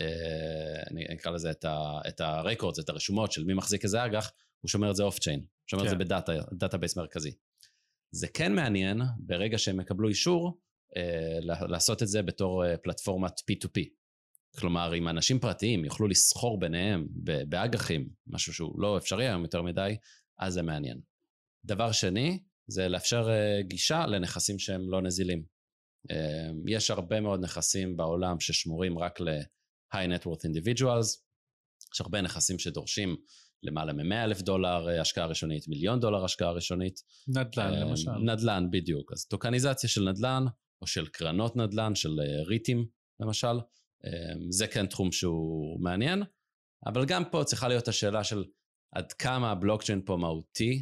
אני אקרא לזה את הרקורדס, את הרשומות של מי מחזיק איזה אג"ח, הוא שומר את זה אוף צ'יין, שומר את זה בדאטאבייס מרכזי. זה כן מעניין ברגע שהם יקבלו אישור לעשות את זה בתור פלטפורמת פי טו פי. כלומר, אם אנשים פרטיים יוכלו לסחור ביניהם באג"חים, משהו שהוא לא אפשרי היום יותר מדי, אז זה מעניין. דבר שני, זה לאפשר גישה לנכסים שהם לא נזילים. יש הרבה מאוד נכסים בעולם ששמורים רק ל-high net worth individuals, יש הרבה נכסים שדורשים למעלה מ-מאה אלף דולר השקעה ראשונית, מיליון דולר השקעה ראשונית. נדל"ן למשל. נדל"ן בדיוק, אז טוקניזציה של נדל"ן, או של קרנות נדל"ן, של ריטים, למשל, זה כן תחום שהוא מעניין, אבל גם פה צריכה להיות השאלה של עד כמה הבלוקצ'יין פה מהותי,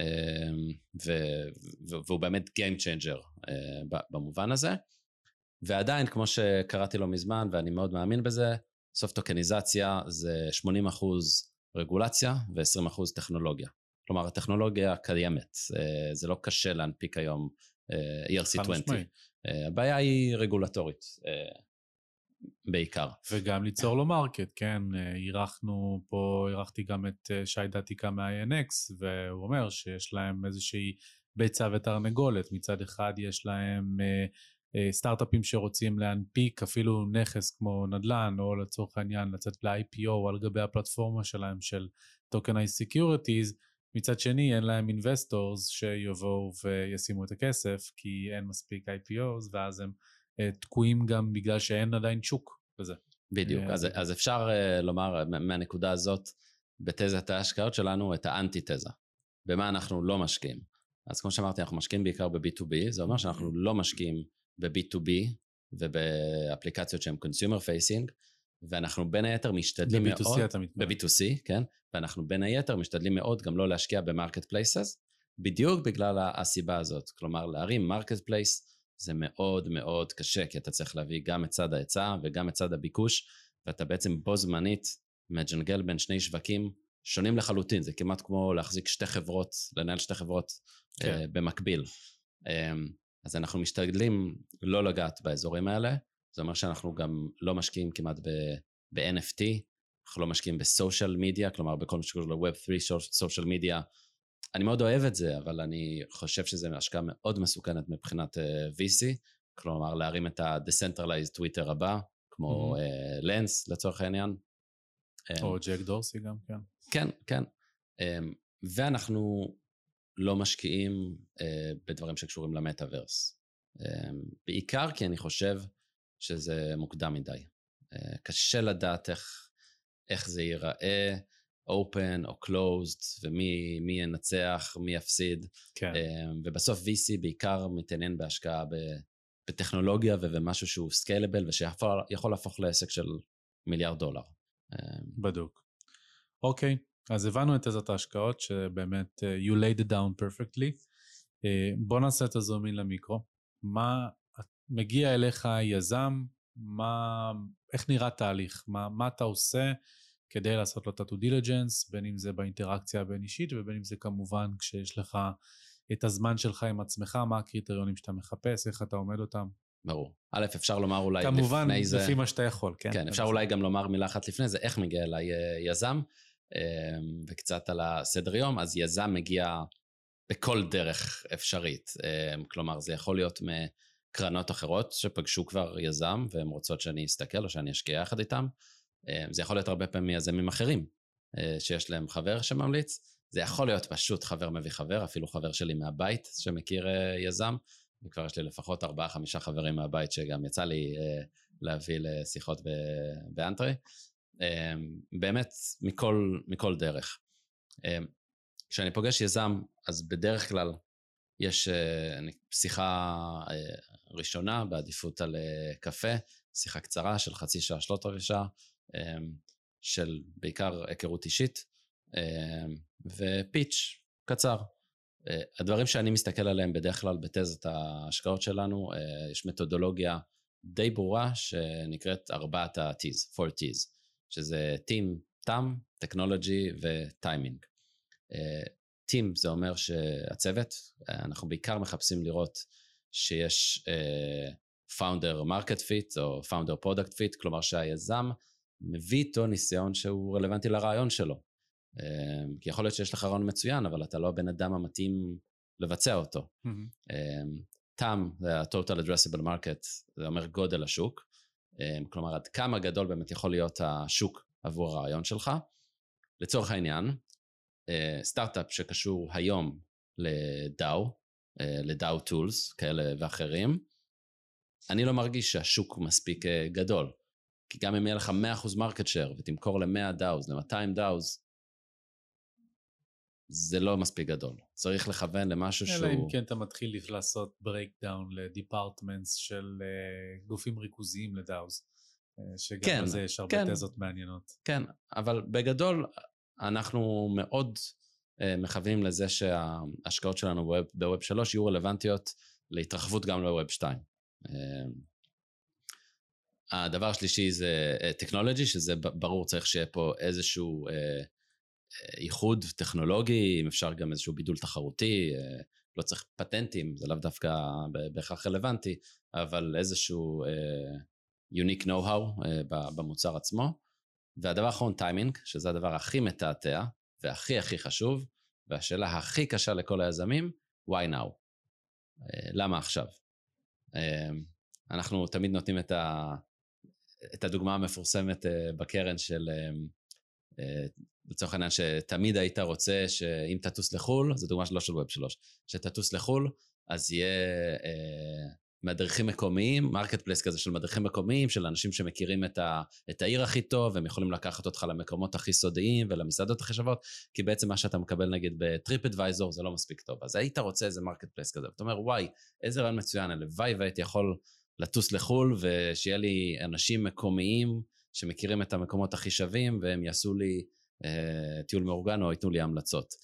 והוא באמת Game Changer במובן הזה, ועדיין, כמו שקראתי לו מזמן, ואני מאוד מאמין בזה, סוף טוקניזציה זה שמונים אחוז רגולציה ו-עשרים אחוז טכנולוגיה. כלומר, הטכנולוגיה קיימת, זה לא קשה להנפיק היום E R C עשרים. הבעיה היא רגולטורית בעיקר. וגם ליצור לו מרקט, כן, אירחנו פה, אירחתי גם את שי דתיקה מה-איי אן אקס, והוא אומר שיש להם איזושהי ביצה ותרנגולת, מצד אחד יש להם סטארט-אפים שרוצים להנפיק אפילו נכס כמו נדל"ן, או לצורך העניין לצאת ל-איי פי או על גבי הפלטפורמה שלהם של Tokenized Securities, מצד שני אין להם investors שיבואו וישימו את הכסף, כי אין מספיק איי פי או'ס, ואז הם תקועים גם בגלל שאין עדיין שוק בזה. בדיוק, אז, אז אפשר לומר מהנקודה הזאת, בתזת ההשקעות שלנו, את האנטי-תזה. במה אנחנו לא משקיעים. אז כמו שאמרתי, אנחנו משקיעים בעיקר ב-בי טו בי, זה אומר שאנחנו לא משקיעים ב-בי טו בי, ובאפליקציות שהן consumer facing, ואנחנו בין היתר משתדלים מאוד, ב-בי טו סי אתה מתמר. ב-בי טו סי, כן, ואנחנו בין היתר משתדלים מאוד גם לא להשקיע במרקט פלייסס, בדיוק בגלל הסיבה הזאת, כלומר להרים מרקט פלייס, זה מאוד מאוד קשה, כי אתה צריך להביא גם את צד ההיצע וגם את צד הביקוש, ואתה בעצם בו זמנית מג'נגל בין שני שווקים שונים לחלוטין, זה כמעט כמו להחזיק שתי חברות, לנהל שתי חברות כן. uh, במקביל. Um, אז אנחנו משתדלים לא לגעת באזורים האלה, זה אומר שאנחנו גם לא משקיעים כמעט ב-אן אף טי, אנחנו לא משקיעים בסושיאל מדיה, כלומר בכל מה שקוראים ל-ווב שלוש סושיאל מדיה, אני מאוד אוהב את זה, אבל אני חושב שזה השקעה מאוד מסוכנת מבחינת וי סי, כלומר להרים את ה-Decentralized Twitter הבא, כמו לנס לצורך העניין. או ג'ק דורסי גם, כן. כן, כן. ואנחנו לא משקיעים בדברים שקשורים למטאברס. בעיקר כי אני חושב שזה מוקדם מדי. קשה לדעת איך, איך זה ייראה, open או closed, ומי מי ינצח, מי יפסיד. כן. ובסוף וי סי בעיקר מתעניין בהשקעה בטכנולוגיה ובמשהו שהוא scalable, ושיכול להפוך לעסק של מיליארד דולר. בדוק. אוקיי, אז הבנו את תזת ההשקעות, שבאמת you laid it down perfectly. בוא נעשה את הזומין למיקרו. מה מגיע אליך יזם, מה, איך נראה תהליך? מה, מה אתה עושה כדי לעשות לו את ה-due diligence, בין אם זה באינטראקציה הבין אישית, ובין אם זה כמובן כשיש לך את הזמן שלך עם עצמך, מה הקריטריונים שאתה מחפש, איך אתה עומד אותם. ברור. א', אפשר לומר אולי כמובן, לפני זה... כמובן, לפי מה שאתה יכול, כן? כן, אפשר אולי גם לומר מילה אחת לפני זה, איך מגיע אליי יזם, וקצת על הסדר יום, אז יזם מגיע בכל דרך אפשרית. כלומר, זה יכול להיות מקרנות אחרות שפגשו כבר יזם, והן רוצות שאני אסתכל או שאני אשקיע יחד איתם. זה יכול להיות הרבה פעמים יזמים אחרים, שיש להם חבר שממליץ. זה יכול להיות פשוט חבר מביא חבר, אפילו חבר שלי מהבית שמכיר יזם, וכבר יש לי לפחות ארבעה, חמישה חברים מהבית שגם יצא לי להביא לשיחות באנטרי. באמת, מכל, מכל דרך. כשאני פוגש יזם, אז בדרך כלל יש שיחה ראשונה בעדיפות על קפה, שיחה קצרה של חצי שעה, שלושת רבעי שעה, של בעיקר היכרות אישית, ופיץ' קצר. הדברים שאני מסתכל עליהם בדרך כלל בתזת ההשקעות שלנו, יש מתודולוגיה די ברורה שנקראת ארבעת ה-T's, four T's, שזה Team, Time, Technology ו-Timing. Team זה אומר שהצוות, אנחנו בעיקר מחפשים לראות שיש Founder Market Fit או Founder Product Fit, כלומר שהיזם מביא איתו ניסיון שהוא רלוונטי לרעיון שלו. כי יכול להיות שיש לך רעיון מצוין, אבל אתה לא הבן אדם המתאים לבצע אותו. טאם, זה ה-Total Addressable Market, זה אומר גודל השוק, כלומר עד כמה גדול באמת יכול להיות השוק עבור הרעיון שלך. לצורך העניין, סטארט-אפ שקשור היום לדאו, לדאו טולס כאלה ואחרים, אני לא מרגיש שהשוק מספיק גדול, כי גם אם יהיה לך מאה אחוז מרקט שייר ותמכור ל-מאה דאוז, ל-מאתיים דאוז, זה לא מספיק גדול. צריך לכוון למשהו שהוא... אלא אם כן אתה מתחיל לעשות ברייקדאון לדיפארטמנטס של גופים ריכוזיים לדאוז. שגם כן, על זה יש הרבה כן, תזות מעניינות. כן, אבל בגדול אנחנו מאוד uh, מכוונים לזה שההשקעות שלנו בווב, בווב שלוש יהיו רלוונטיות להתרחבות גם לווב שתיים. Uh, הדבר השלישי זה טכנולוגי, שזה ברור צריך שיהיה פה איזשהו uh, ייחוד טכנולוגי, אם אפשר גם איזשהו בידול תחרותי, uh, לא צריך פטנטים, זה לאו דווקא בהכרח רלוונטי, אבל איזשהו uh, unique know-how uh, במוצר עצמו. והדבר האחרון, טיימינג, שזה הדבר הכי מתעתע, והכי הכי חשוב, והשאלה הכי קשה לכל היזמים, why now? Uh, למה עכשיו? Uh, אנחנו תמיד נותנים את, ה, את הדוגמה המפורסמת uh, בקרן של, uh, uh, לצורך העניין שתמיד היית רוצה שאם תטוס לחול, זו דוגמה שלא של ווב שלוש, שתטוס לחול, אז יהיה uh, מדריכים מקומיים, מרקט פלייס כזה של מדריכים מקומיים, של אנשים שמכירים את, ה, את העיר הכי טוב, והם יכולים לקחת אותך למקומות הכי סודיים ולמסעדות הכי שוות, כי בעצם מה שאתה מקבל נגיד בטריפ אדוויזור זה לא מספיק טוב. אז היית רוצה איזה מרקט פלייס כזה, ואתה אומר, וואי, איזה רעיון מצוין, הלוואי והייתי יכול לטוס לחול, ושיהיה לי אנשים מקומיים שמכירים את המקומות הכי שווים, והם יעשו לי אה, טיול מאורגן או ייתנו לי המלצות.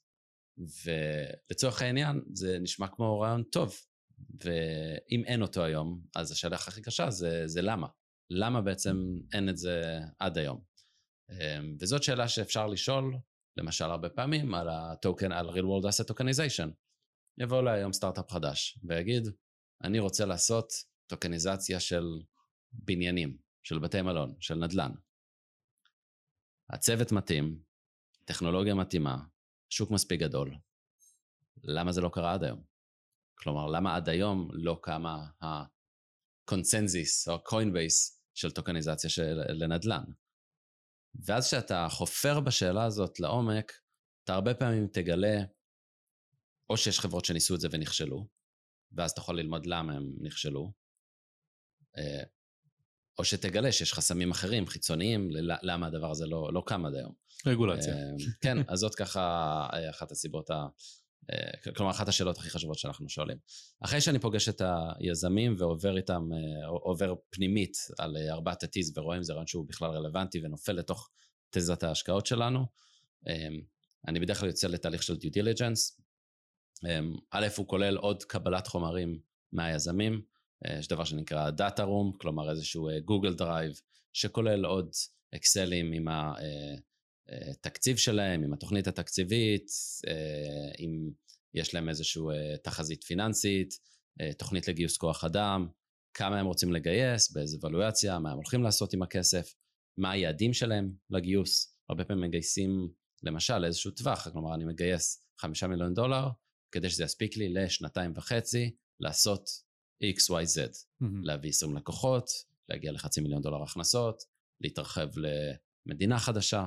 ולצורך העניין זה נשמע כמו רעיון טוב, ואם אין אותו היום, אז השאלה הכי קשה זה, זה למה. למה בעצם אין את זה עד היום? וזאת שאלה שאפשר לשאול, למשל הרבה פעמים, על הטוקן, על real world asset tokenization. יבוא לה היום סטארט-אפ חדש, ויגיד, אני רוצה לעשות טוקניזציה של בניינים, של בתי מלון, של נדל"ן. הצוות מתאים, טכנולוגיה מתאימה, שוק מספיק גדול. למה זה לא קרה עד היום? כלומר, למה עד היום לא קמה הקונצנזיס או הקוינבייס של טוקניזציה של לנדל"ן? ואז שאתה חופר בשאלה הזאת לעומק, אתה הרבה פעמים תגלה, או שיש חברות שניסו את זה ונכשלו, ואז אתה יכול ללמוד למה הם נכשלו, או שתגלה שיש חסמים אחרים, חיצוניים, למה הדבר הזה לא, לא קם עד היום. רגולציה. כן, אז זאת ככה אחת הסיבות ה... כלומר, אחת השאלות הכי חשובות שאנחנו שואלים. אחרי שאני פוגש את היזמים ועובר איתם, עובר פנימית על ארבעת התיז ורואים זה רעיון שהוא בכלל רלוונטי ונופל לתוך תזת ההשקעות שלנו, אני בדרך כלל יוצא לתהליך של due diligence. א', הוא כולל עוד קבלת חומרים מהיזמים, יש דבר שנקרא data room, כלומר איזשהו גוגל דרייב, שכולל עוד אקסלים עם ה... תקציב שלהם, עם התוכנית התקציבית, אם יש להם איזשהו תחזית פיננסית, תוכנית לגיוס כוח אדם, כמה הם רוצים לגייס, באיזו ולואציה, מה הם הולכים לעשות עם הכסף, מה היעדים שלהם לגיוס. הרבה פעמים מגייסים, למשל, איזשהו טווח, כלומר, אני מגייס חמישה מיליון דולר, כדי שזה יספיק לי לשנתיים וחצי, לעשות X, Y, Z, mm-hmm. להביא עשרים לקוחות, להגיע לחצי מיליון דולר הכנסות, להתרחב למדינה חדשה,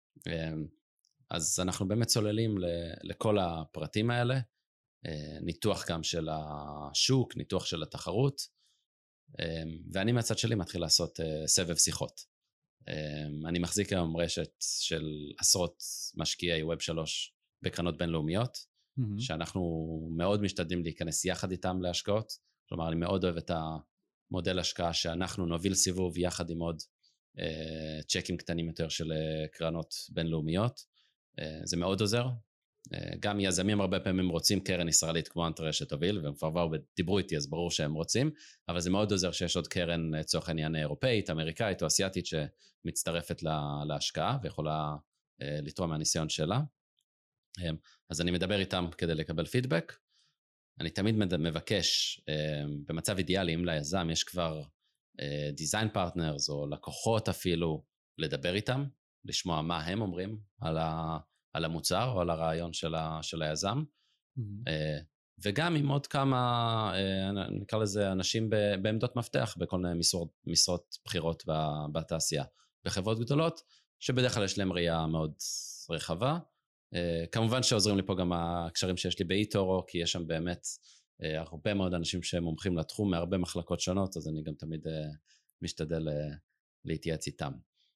אז אנחנו באמת צוללים לכל הפרטים האלה, ניתוח גם של השוק, ניתוח של התחרות, ואני מהצד שלי מתחיל לעשות סבב שיחות. אני מחזיק היום רשת של עשרות משקיעי ווב שלוש בקרנות בינלאומיות, mm-hmm. שאנחנו מאוד משתדלים להיכנס יחד איתם להשקעות, כלומר אני מאוד אוהב את המודל השקעה שאנחנו נוביל סיבוב יחד עם עוד צ'קים קטנים יותר של קרנות בינלאומיות, זה מאוד עוזר. גם יזמים הרבה פעמים רוצים קרן ישראלית כמו אנטרה שתוביל, והם כבר באו ודיברו איתי אז ברור שהם רוצים, אבל זה מאוד עוזר שיש עוד קרן לצורך העניין אירופאית, אמריקאית או אסיאתית שמצטרפת להשקעה ויכולה לתרום מהניסיון שלה. אז אני מדבר איתם כדי לקבל פידבק. אני תמיד מבקש, במצב אידיאלי אם ליזם יש כבר דיזיין פרטנרס או לקוחות אפילו, לדבר איתם, לשמוע מה הם אומרים על, ה, על המוצר או על הרעיון של, ה, של היזם, mm-hmm. וגם עם עוד כמה, נקרא לזה אנשים בעמדות מפתח, בכל מיני משרות, משרות בחירות בתעשייה, בחברות גדולות, שבדרך כלל יש להם ראייה מאוד רחבה, כמובן שעוזרים לי פה גם הקשרים שיש לי באיטורו, כי יש שם באמת, הרבה מאוד אנשים שהם מומחים לתחום מהרבה מחלקות שונות, אז אני גם תמיד משתדל להתייעץ איתם.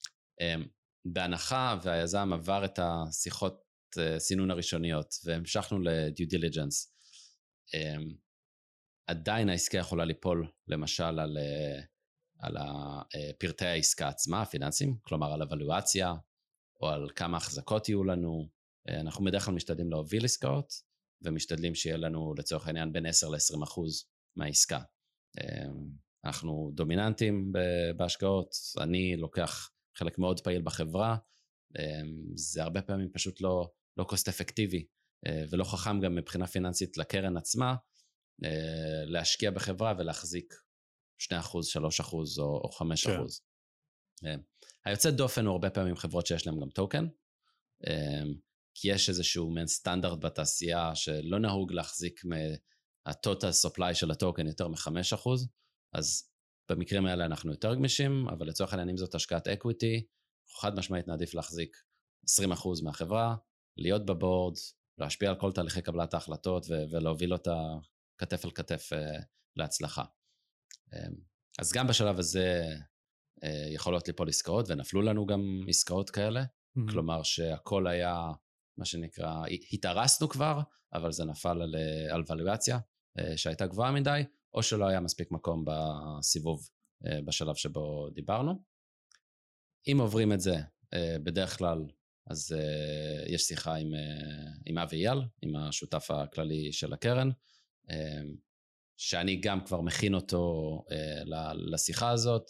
בהנחה והיזם עבר את השיחות סינון הראשוניות והמשכנו לדיו דיליג'נס, עדיין העסקה יכולה ליפול למשל על על פרטי העסקה עצמה, הפיננסים, כלומר על אבלואציה, או על כמה החזקות יהיו לנו. אנחנו בדרך כלל משתדלים להוביל עסקאות, ומשתדלים שיהיה לנו לצורך העניין בין עשרה לעשרים אחוז מהעסקה. אנחנו דומיננטים בהשקעות, אני לוקח חלק מאוד פעיל בחברה, זה הרבה פעמים פשוט לא, לא קוסט אפקטיבי, ולא חכם גם מבחינה פיננסית לקרן עצמה, להשקיע בחברה ולהחזיק שני אחוז, שלוש אחוז או, או חמש אחוז. כן. היוצא דופן הוא הרבה פעמים חברות שיש להם גם טוקן, כי יש איזשהו מעין סטנדרט בתעשייה שלא נהוג להחזיק מהטוטל סופליי של הטוקן יותר מ-חמישה אחוז, אז במקרים האלה אנחנו יותר גמישים, אבל לצורך העניין אם זאת השקעת אקוויטי, חד משמעית נעדיף להחזיק עשרים אחוז מהחברה, להיות בבורד, להשפיע על כל תהליכי קבלת ההחלטות ו- ולהוביל אותה כתף על כתף uh, להצלחה. Um, אז גם בשלב הזה uh, יכולות ליפול עסקאות, ונפלו לנו גם עסקאות כאלה, mm-hmm. כלומר שהכל היה מה שנקרא, התארסנו כבר, אבל זה נפל על, על ולואציה uh, שהייתה גבוהה מדי, או שלא היה מספיק מקום בסיבוב uh, בשלב שבו דיברנו. אם עוברים את זה uh, בדרך כלל, אז uh, יש שיחה עם, uh, עם אבי אייל, עם השותף הכללי של הקרן, uh, שאני גם כבר מכין אותו uh, לשיחה הזאת,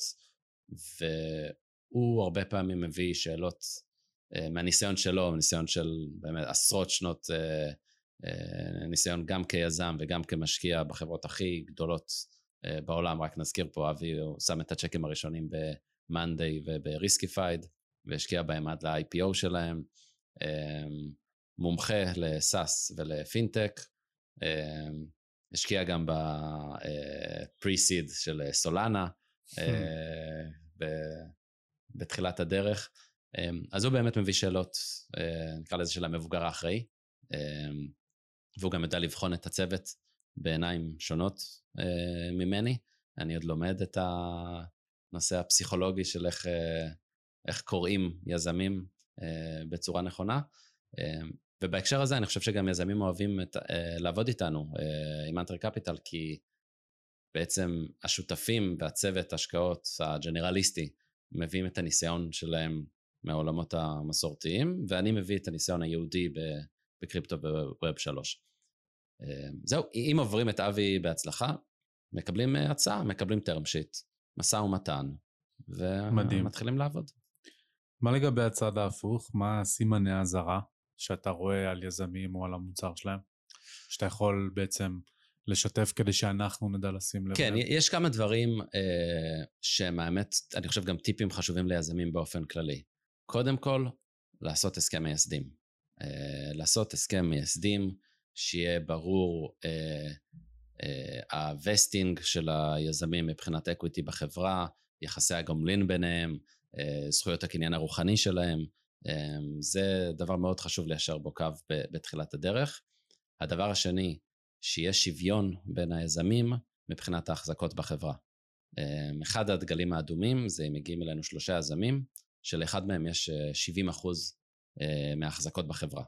והוא הרבה פעמים מביא שאלות uh, מהניסיון שלו, מהניסיון של באמת עשרות שנות uh, uh, ניסיון גם כיזם וגם כמשקיע בחברות הכי גדולות uh, בעולם, רק נזכיר פה, אבי הוא שם את הצ'קים הראשונים ב-Monday וב-Riskified, והשקיע בהם עד ל-איי פי או שלהם, מומחה לסאס ולפינטק, השקיע גם בפרי-סיד של סולנה, בתחילת הדרך, אז הוא באמת מביא שאלות, נקרא לזה של המבוגר האחראי, והוא גם יודע לבחון את הצוות בעיניים שונות ממני, אני עוד לומד את הנושא הפסיכולוגי של איך איך קוראים יזמים אה, בצורה נכונה, אה, ובהקשר הזה אני חושב שגם יזמים אוהבים את, אה, לעבוד איתנו, אה, עם אנטרי קפיטל, כי בעצם השותפים והצוות השקעות הג'נרליסטי, מביאים את הניסיון שלהם מהעולמות המסורתיים, ואני מביא את הניסיון היהודי בקריפטו וווב שלוש. אה, זהו, אם עוברים את אבי בהצלחה, מקבלים הצעה, מקבלים טרם שיט, משא ומתן, ומתחילים לעבוד. מה לגבי הצד ההפוך? מה סימני הזרה שאתה רואה על יזמים או על המוצר שלהם? שאתה יכול בעצם לשתף כדי שאנחנו נדע לשים לב. כן, יש כמה דברים אה, שהם האמת, אני חושב גם טיפים חשובים ליזמים באופן כללי. קודם כל, לעשות הסכם מייסדים. אה, לעשות הסכם מייסדים, שיהיה ברור אה, אה, הווסטינג של היזמים מבחינת אקוויטי בחברה, יחסי הגומלין ביניהם, זכויות הקניין הרוחני שלהם, זה דבר מאוד חשוב ליישר בו קו בתחילת הדרך. הדבר השני, שיש שוויון בין היזמים מבחינת ההחזקות בחברה. אחד הדגלים האדומים זה אם מגיעים אלינו שלושה יזמים, שלאחד מהם יש שבעים אחוז מההחזקות בחברה.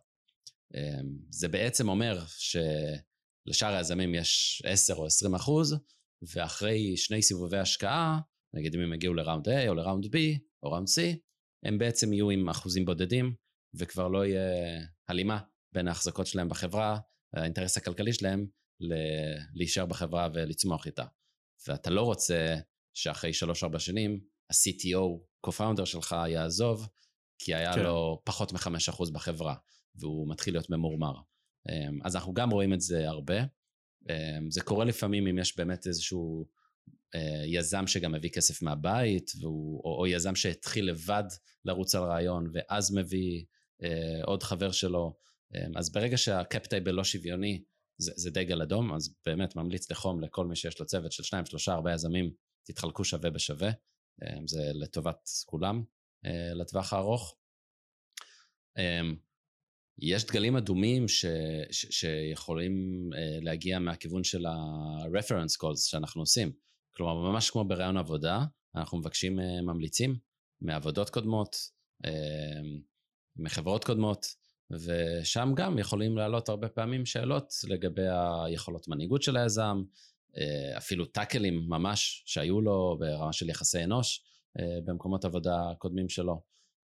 זה בעצם אומר שלשאר היזמים יש עשרה או עשרים אחוז, ואחרי שני סיבובי השקעה, נגיד אם הם הגיעו לראונד A או לראונד B או ראונד C, הם בעצם יהיו עם אחוזים בודדים, וכבר לא יהיה הלימה בין ההחזקות שלהם בחברה, האינטרס הכלכלי שלהם, להישאר בחברה ולצמוח איתה. ואתה לא רוצה שאחרי שלוש ארבע שנים, ה-סי טי או, co-founder שלך, יעזוב, כי היה כן. לו פחות מ-חמישה אחוז בחברה, והוא מתחיל להיות ממורמר. אז אנחנו גם רואים את זה הרבה. זה קורה לפעמים אם יש באמת איזשהו יזם שגם מביא כסף מהבית, והוא, או, או יזם שהתחיל לבד לרוץ על רעיון, ואז מביא אה, עוד חבר שלו. אז ברגע שהקפטייבל לא שוויוני, זה, זה דגל אדום, אז באמת ממליץ לחום לכל מי שיש לו צוות של שניים, שלושה, ארבעה יזמים, תתחלקו שווה בשווה. אה, זה לטובת כולם, אה, לטווח הארוך. אה, יש דגלים אדומים ש, ש, שיכולים אה, להגיע מהכיוון של ה-reference calls שאנחנו עושים. כלומר, ממש כמו ברעיון עבודה, אנחנו מבקשים ממליצים מעבודות קודמות, מחברות קודמות, ושם גם יכולים לעלות הרבה פעמים שאלות לגבי היכולות מנהיגות של היזם, אפילו טאקלים ממש שהיו לו ברמה של יחסי אנוש במקומות עבודה קודמים שלו,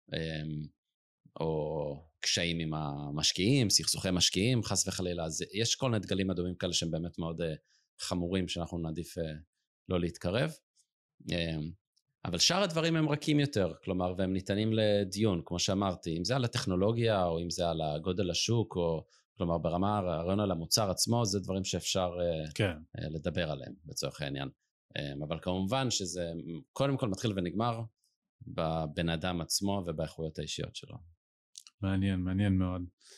או קשיים עם המשקיעים, סכסוכי משקיעים, חס וחלילה. אז יש כל מיני דגלים אדומים כאלה שהם באמת מאוד חמורים שאנחנו נעדיף לא להתקרב. אבל שאר הדברים הם רכים יותר, כלומר, והם ניתנים לדיון, כמו שאמרתי, אם זה על הטכנולוגיה, או אם זה על הגודל השוק, או כלומר, ברמה הרעיון על המוצר עצמו, זה דברים שאפשר כן. לדבר עליהם, בצורך העניין. אבל כמובן שזה קודם כל מתחיל ונגמר בבן אדם עצמו ובאיכויות האישיות שלו. מעניין, מעניין מאוד.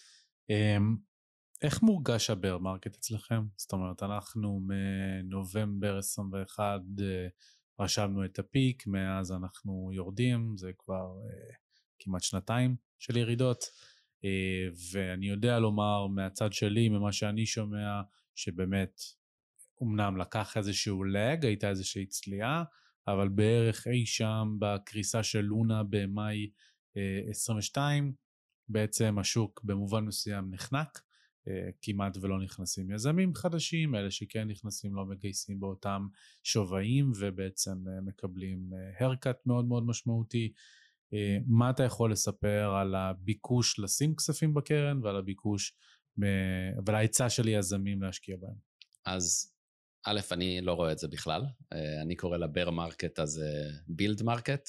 איך מורגש הבר מרקט אצלכם? זאת אומרת, אנחנו מנובמבר עשרים ואחת רשמנו את הפיק, מאז אנחנו יורדים, זה כבר כמעט שנתיים של ירידות, ואני יודע לומר מהצד שלי, ממה שאני שומע, שבאמת אמנם לקח איזשהו לג, הייתה איזושהי צליעה, אבל בערך אי שם בקריסה של לונה במאי עשרים ושתיים, בעצם השוק במובן מסוים נחנק, כמעט ולא נכנסים יזמים חדשים, אלה שכן נכנסים לא מגייסים באותם שווים, ובעצם מקבלים הרקט מאוד מאוד משמעותי. מה אתה יכול לספר על הביקוש לשים כספים בקרן, ועל הביקוש ועל ההיצע של יזמים להשקיע בהם? אז א', אני לא רואה את זה בכלל, אני קורא לבר מרקט אז בילד מרקט.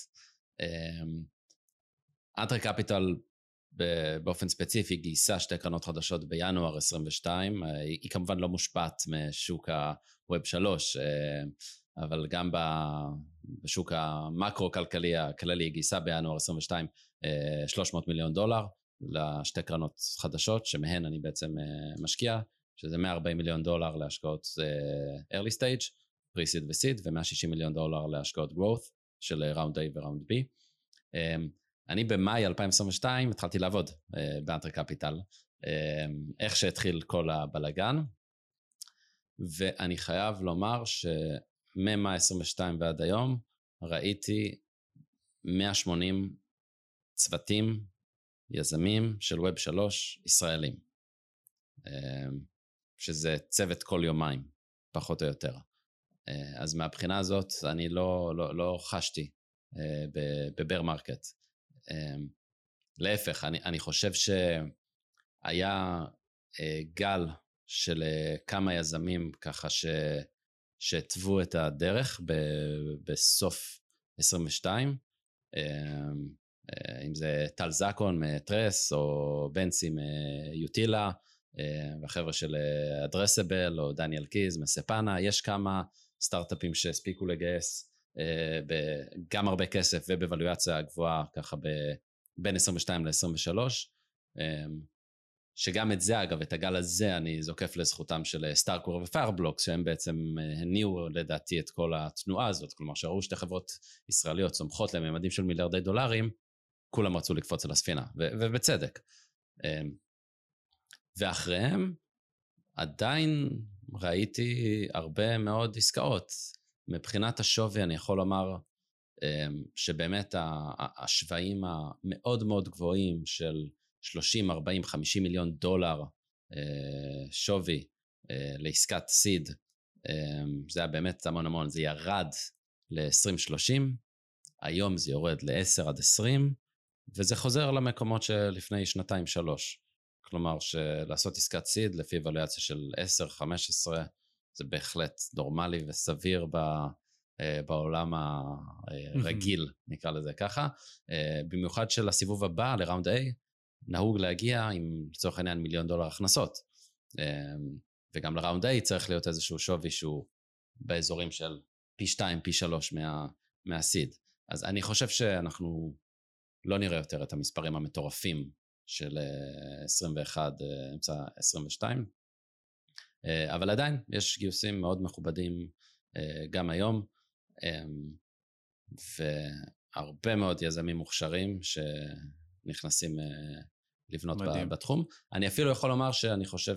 אנטרי קפיטל באופן ספציפי גייסה שתי קרנות חדשות בינואר עשרים ושתיים, היא כמובן לא מושפעת משוק הווב שלוש, אבל גם בשוק המקרו-כלכלי הכללי גייסה בינואר עשרים ושתיים שלוש מאות מיליון דולר לשתי קרנות חדשות, שמהן אני בעצם משקיע, שזה מאה וארבעים מיליון דולר להשקעות early stage, pre-seed ו-seed, ו-מאה ושישים מיליון דולר להשקעות growth של ראונד A וראונד B. אני במאי אלפיים עשרים ושתיים התחלתי לעבוד באנטרי קפיטל, איך שהתחיל כל הבלגן, ואני חייב לומר שממאי עשרים ושתיים ועד היום ראיתי מאה ושמונים צוותים, יזמים של ווב שלוש ישראלים, שזה צוות כל יומיים, פחות או יותר. אז מהבחינה הזאת אני לא, לא, לא חשתי בבר מרקט. להפך, אני, אני חושב שהיה גל של כמה יזמים ככה ש, שטבו את הדרך ב, בסוף עשרים ושתיים, אם זה טל זקון מטרס או בנצי מיוטילה, והחבר'ה של אדרסבל או דניאל קיז מספנה, יש כמה סטארט-אפים שהספיקו לגייס גם הרבה כסף ובוולואציה גבוהה ככה בין עשרים ושתיים ל-עשרים ושלוש, שגם את זה אגב, את הגל הזה אני זוקף לזכותם של סטארקור ופיירבלוקס, שהם בעצם הניעו לדעתי את כל התנועה הזאת, כלומר שראו שתי חברות ישראליות צומחות לממדים של מיליארדי דולרים, כולם רצו לקפוץ על הספינה, ו- ובצדק. ואחריהם עדיין ראיתי הרבה מאוד עסקאות. מבחינת השווי אני יכול לומר שבאמת השוויים המאוד מאוד גבוהים של שלושים, ארבעים, חמישים מיליון דולר שווי לעסקת סיד, זה היה באמת המון המון, זה ירד ל-עשרים שלושים, היום זה יורד ל-עשר עד עשרים, וזה חוזר למקומות שלפני שנתיים שלוש. כלומר שלעשות עסקת סיד לפי אבלואציה של עשר חמש עשרה, זה בהחלט נורמלי וסביר בעולם הרגיל, נקרא לזה ככה. במיוחד של הסיבוב הבא לראונד A, נהוג להגיע עם לצורך העניין מיליון דולר הכנסות. וגם לראונד A צריך להיות איזשהו שווי שהוא באזורים של פי שתיים, פי שלוש מה, מהסיד. אז אני חושב שאנחנו לא נראה יותר את המספרים המטורפים של עשרים ואחת, אמצע עשרים ושתיים. אבל עדיין יש גיוסים מאוד מכובדים גם היום, והרבה מאוד יזמים מוכשרים שנכנסים לבנות מדהים. בתחום. אני אפילו יכול לומר שאני חושב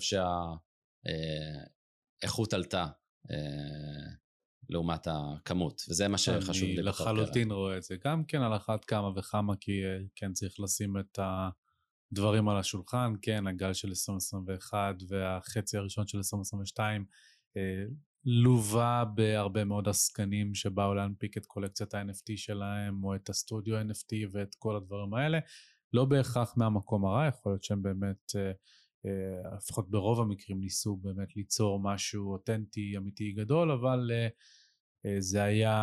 שהאיכות עלתה לעומת הכמות, וזה מה שחשוב לי. אני לחלוטין רואה את זה, גם כן על אחת כמה וכמה, כי כן צריך לשים את הדברים על השולחן, כן, הגל של עשרים עשרים ואחת והחצי הראשון של עשרים עשרים ושתיים, לווה בהרבה מאוד עסקנים שבאו להנפיק את קולקציית ה-אן אף טי שלהם, או את הסטודיו אן אף טי ואת כל הדברים האלה. לא בהכרח מהמקום הרע, יכול להיות שהם באמת, לפחות ברוב המקרים ניסו באמת ליצור משהו אותנטי, אמיתי גדול, אבל זה היה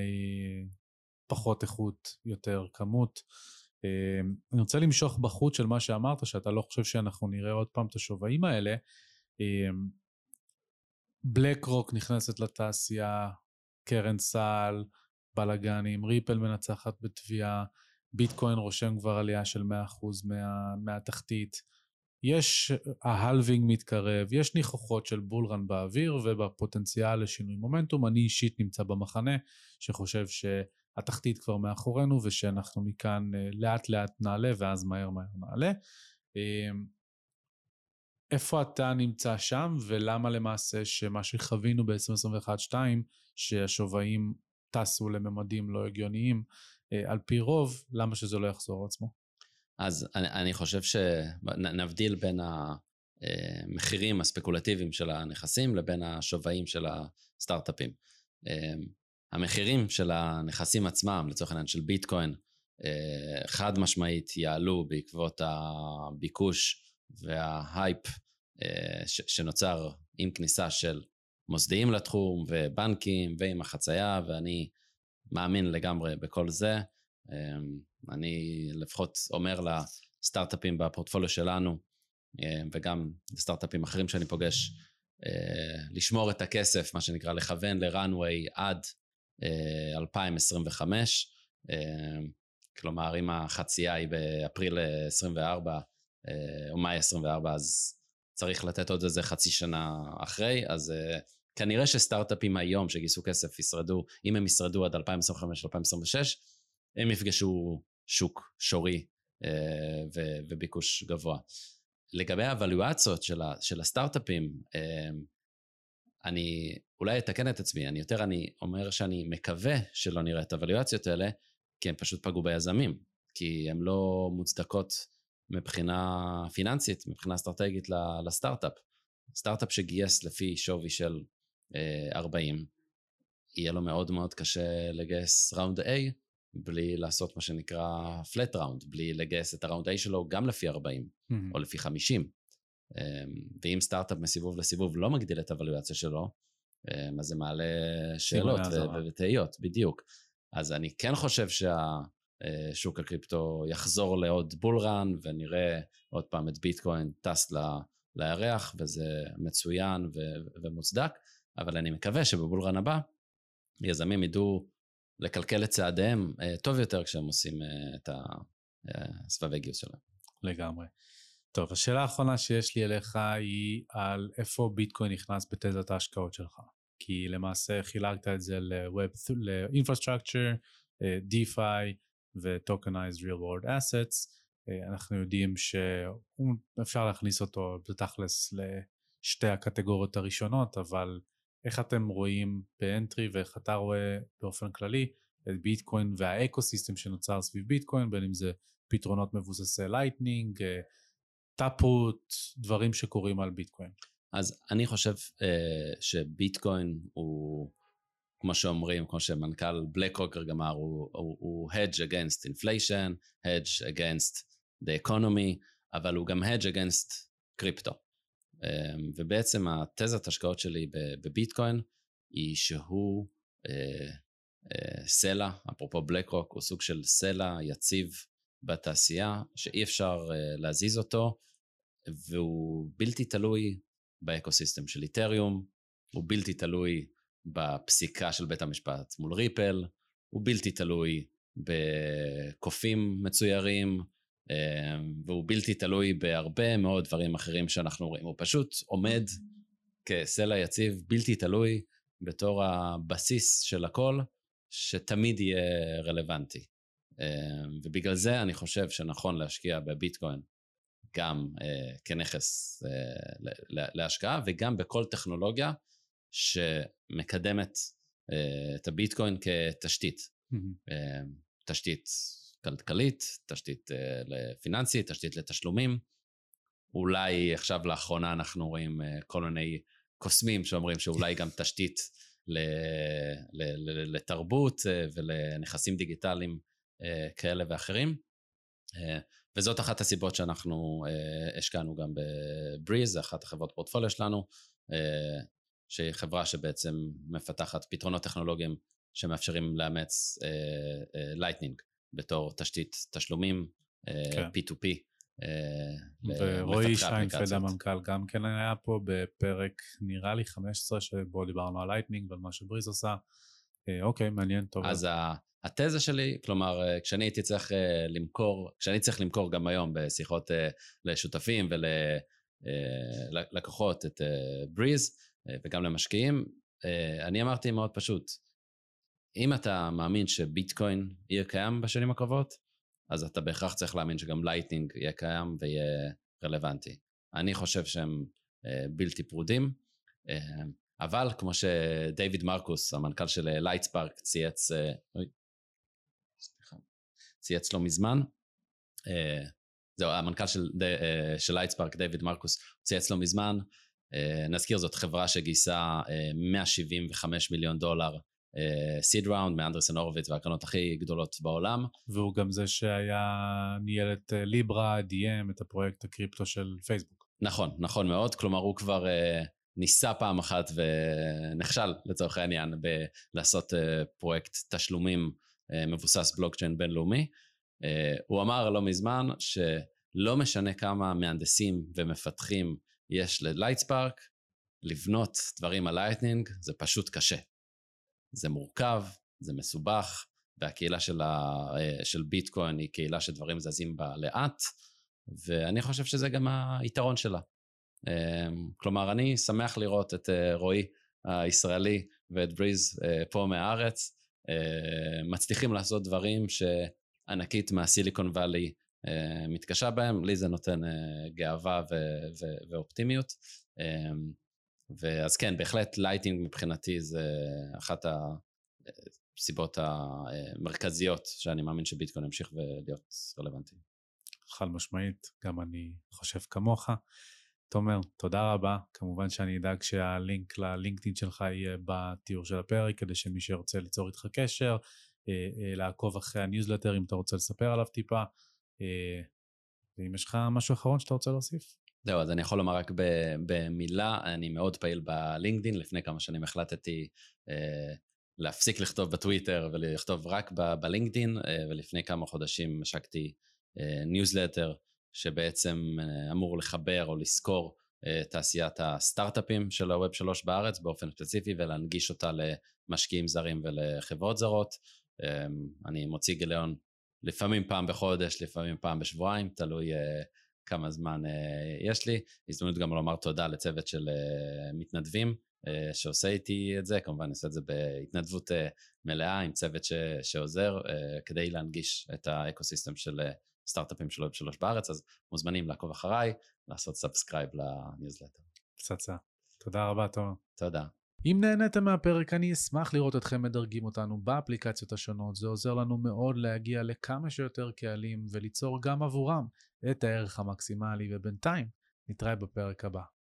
פחות איכות, יותר כמות. אני רוצה למשוך בחוץ של מה שאמרת, שאתה לא חושב שאנחנו נראה עוד פעם את השווים האלה. בלק רוק נכנסת לתעשייה, קרן סל, בלגנים, ריפל מנצחת בתביעה, ביטקוין רושם כבר עלייה של מאה אחוז מה, מהתחתית. יש, ההלווינג מתקרב, יש ניחוחות של בולרן באוויר ובפוטנציאל לשינוי מומנטום. אני אישית נמצא במחנה שחושב שהתחתית כבר מאחורינו ושאנחנו מכאן לאט לאט נעלה ואז מהר מהר נעלה. איפה אתה נמצא שם, ולמה למעשה שמה שחווינו ב-עשרים עשרים ואחת שתיים, שהשווים טסו לממדים לא הגיוניים, על פי רוב, למה שזה לא יחזור עצמו? אז אני, אני חושב שנבדיל בין המחירים הספקולטיביים של הנכסים, לבין השווים של הסטארט-אפים. המחירים של הנכסים עצמם, לצורך העניין של ביטקוין, חד משמעית יעלו בעקבות הביקוש, וההייפ ש- שנוצר עם כניסה של מוסדיים לתחום ובנקים ועם החצייה, ואני מאמין לגמרי בכל זה. אני לפחות אומר לסטארט-אפים בפורטפוליו שלנו, וגם לסטארט-אפים אחרים שאני פוגש, לשמור את הכסף, מה שנקרא לכוון לרנווי עד אלפיים עשרים וחמש, כלומר אם החצייה היא באפריל עשרים וארבע, או מאי עשרים וארבע, אז צריך לתת עוד איזה חצי שנה אחרי. אז uh, כנראה שסטארט-אפים היום שגייסו כסף ישרדו, אם הם ישרדו עד אלפיים עשרים וחמש אלפיים עשרים ושש, הם יפגשו שוק שורי uh, ו- וביקוש גבוה. לגבי האבלואציות של, ה- של הסטארט-אפים, uh, אני אולי אתקן את עצמי, אני יותר אני אומר שאני מקווה שלא נראה את האבלואציות האלה, כי הם פשוט פגעו ביזמים, כי הם לא מוצדקות מבחינה פיננסית, מבחינה אסטרטגית לסטארט-אפ. סטארט-אפ שגייס לפי שווי של ארבעים, יהיה לו מאוד מאוד קשה לגייס ראונד A, בלי לעשות מה שנקרא פלט ראונד, בלי לגייס את הראונד A שלו גם לפי ארבעים, mm-hmm. או לפי חמישים. ואם סטארט-אפ מסיבוב לסיבוב לא מגדיל את הוולואציה שלו, אז זה מעלה שאלות ותהיות, בדיוק. אז אני כן חושב שה... שוק הקריפטו יחזור לעוד בולרן, ונראה עוד פעם את ביטקוין טס לירח, וזה מצוין ו- ומוצדק, אבל אני מקווה שבבולרן הבא, יזמים ידעו לקלקל את צעדיהם טוב יותר, כשהם עושים את הסבבי גיוס שלהם. לגמרי. טוב, השאלה האחרונה שיש לי אליך היא על איפה ביטקוין נכנס בתזת ההשקעות שלך. כי למעשה חילקת את זה ל-Web, ל-Infrastructure, DeFi, ו-Tokenized Real World Assets. אנחנו יודעים שאפשר להכניס אותו בתכלס לשתי הקטגוריות הראשונות, אבל איך אתם רואים באנטרי, ואיך אתה רואה באופן כללי את ביטקוין והאקוסיסטם שנוצר סביב ביטקוין, בין אם זה פתרונות מבוססי לייטנינג, טאפות, דברים שקורים על ביטקוין. אז אני חושב uh, שביטקוין הוא, כמו שאומרים, כמו שמנכ"ל בלק רוק אמר, הוא, הוא, הוא hedge against inflation, hedge against the economy, אבל הוא גם hedge against קריפטו. Um, ובעצם התזת השקעות שלי בביטקוין היא שהוא uh, uh, סלע, אפרופו בלק רוק, הוא סוג של סלע יציב בתעשייה, שאי אפשר uh, להזיז אותו, והוא בלתי תלוי באקוסיסטם של איתריום, הוא בלתי תלוי בפסיקה של בית המשפט מול ריפל, הוא בלתי תלוי בקופים מצוירים, והוא בלתי תלוי בהרבה מאוד דברים אחרים שאנחנו רואים. הוא פשוט עומד כסלע יציב, בלתי תלוי, בתור הבסיס של הכל, שתמיד יהיה רלוונטי. ובגלל זה אני חושב שנכון להשקיע בביטקוין, גם uh, כנכס uh, להשקעה, וגם בכל טכנולוגיה שמקדמת uh, את הביטקוין כתשתית. Mm-hmm. uh, תשתית כלכלית, תשתית uh, לפיננסית, תשתית לתשלומים. אולי עכשיו לאחרונה אנחנו רואים uh, כל מיני קוסמים שאומרים שאולי גם תשתית לתרבות ולנכסים דיגיטליים כאלה ואחרים. וזאת אחת הסיבות שאנחנו השקענו גם בבריז, אחת החברות פורטפוליו שלנו, שהיא חברה שבעצם מפתחת פתרונות טכנולוגיים שמאפשרים לאמץ לייטנינג בתור תשתית תשלומים, פי טו פי. ורועי שיינפלד המנכ"ל גם כן היה פה בפרק נראה לי חמש עשרה שבו דיברנו על לייטנינג ועל מה שבריז עושה. אוקיי, מעניין, טוב. אז התזה שלי, כלומר, כשאני הייתי צריך למכור, כשאני צריך למכור גם היום בשיחות לשותפים ולקוחות את בריז וגם למשקיעים, אני אמרתי מאוד פשוט, אם אתה מאמין שביטקוין יהיה קיים בשנים הקרובות, אז אתה בהכרח צריך להאמין שגם לייטנינג יהיה קיים ויהיה רלוונטי. אני חושב שהם בלתי פרודים, אבל כמו שדייוויד מרקוס, המנכ"ל של לייטספארק, צייץ, צייץ לא מזמן, זהו, המנכ"ל של, של לייטספארק, דייוויד מרקוס, צייץ לא מזמן, נזכיר זאת חברה שגייסה מאה שבעים וחמישה מיליון דולר, סיד ראונד מאנדרסן הורוביץ והקרנות הכי גדולות בעולם. והוא גם זה שהיה ניהל את ליברה, די אם, את הפרויקט הקריפטו של פייסבוק. נכון, נכון מאוד, כלומר הוא כבר ניסה פעם אחת ונכשל לצורך העניין בלעשות פרויקט תשלומים מבוסס בלוקצ'יין בינלאומי. הוא אמר לא מזמן שלא משנה כמה מהנדסים ומפתחים יש ללייטספארק, לבנות דברים על לייטנינג זה פשוט קשה. זה מורכב, זה מסובך, והקהילה של, ה, של ביטקוין היא קהילה שדברים זזים בה לאט, ואני חושב שזה גם היתרון שלה. כלומר, אני שמח לראות את רועי הישראלי ואת בריז פה מהארץ, מצליחים לעשות דברים שענקית מהסיליקון ואלי מתקשה בהם, לי זה נותן גאווה ו- ו- ואופטימיות. ואז כן, בהחלט לייטינג מבחינתי זה אחת הסיבות המרכזיות שאני מאמין שביטקוין ימשיך ולהיות רלוונטי. חד משמעית, גם אני חושב כמוך. תומר, תודה רבה. כמובן שאני אדאג שהלינק ללינקדאין שלך יהיה בתיאור של הפרק, כדי שמי שרוצה ליצור איתך קשר, לעקוב אחרי הניוזלטר אם אתה רוצה לספר עליו טיפה. ואם יש לך משהו אחרון שאתה רוצה להוסיף? זהו, אז אני יכול לומר רק במילה, אני מאוד פעיל בלינקדאין, לפני כמה שנים החלטתי אה, להפסיק לכתוב בטוויטר ולכתוב רק בלינקדאין, אה, ולפני כמה חודשים השקתי אה, ניוזלטר, שבעצם אה, אמור לחבר או לזכור אה, תעשיית הסטארט-אפים של הווב שלוש בארץ באופן ספציפי, ולהנגיש אותה למשקיעים זרים ולחברות זרות. אה, אני מוציא גיליון לפעמים פעם בחודש, לפעמים פעם בשבועיים, תלוי אה, כמה זמן uh, יש לי. הזדמנות גם לומר תודה לצוות של uh, מתנדבים uh, שעושה איתי את זה, כמובן נעשה את זה בהתנדבות uh, מלאה עם צוות ש, שעוזר uh, כדי להנגיש את האקוסיסטם של uh, סטארט-אפים של ווב שלוש בארץ, אז מוזמנים לעקוב אחריי, לעשות סאבסקרייב לניוזלטר. פצצה. תודה רבה, תומר. תודה. אם נהניתם מהפרק, אני אשמח לראות אתכם מדרגים אותנו באפליקציות השונות. זה עוזר לנו מאוד להגיע לכמה שיותר קהלים וליצור גם עבורם את הערך המקסימלי, ובינתיים נתראה בפרק הבא.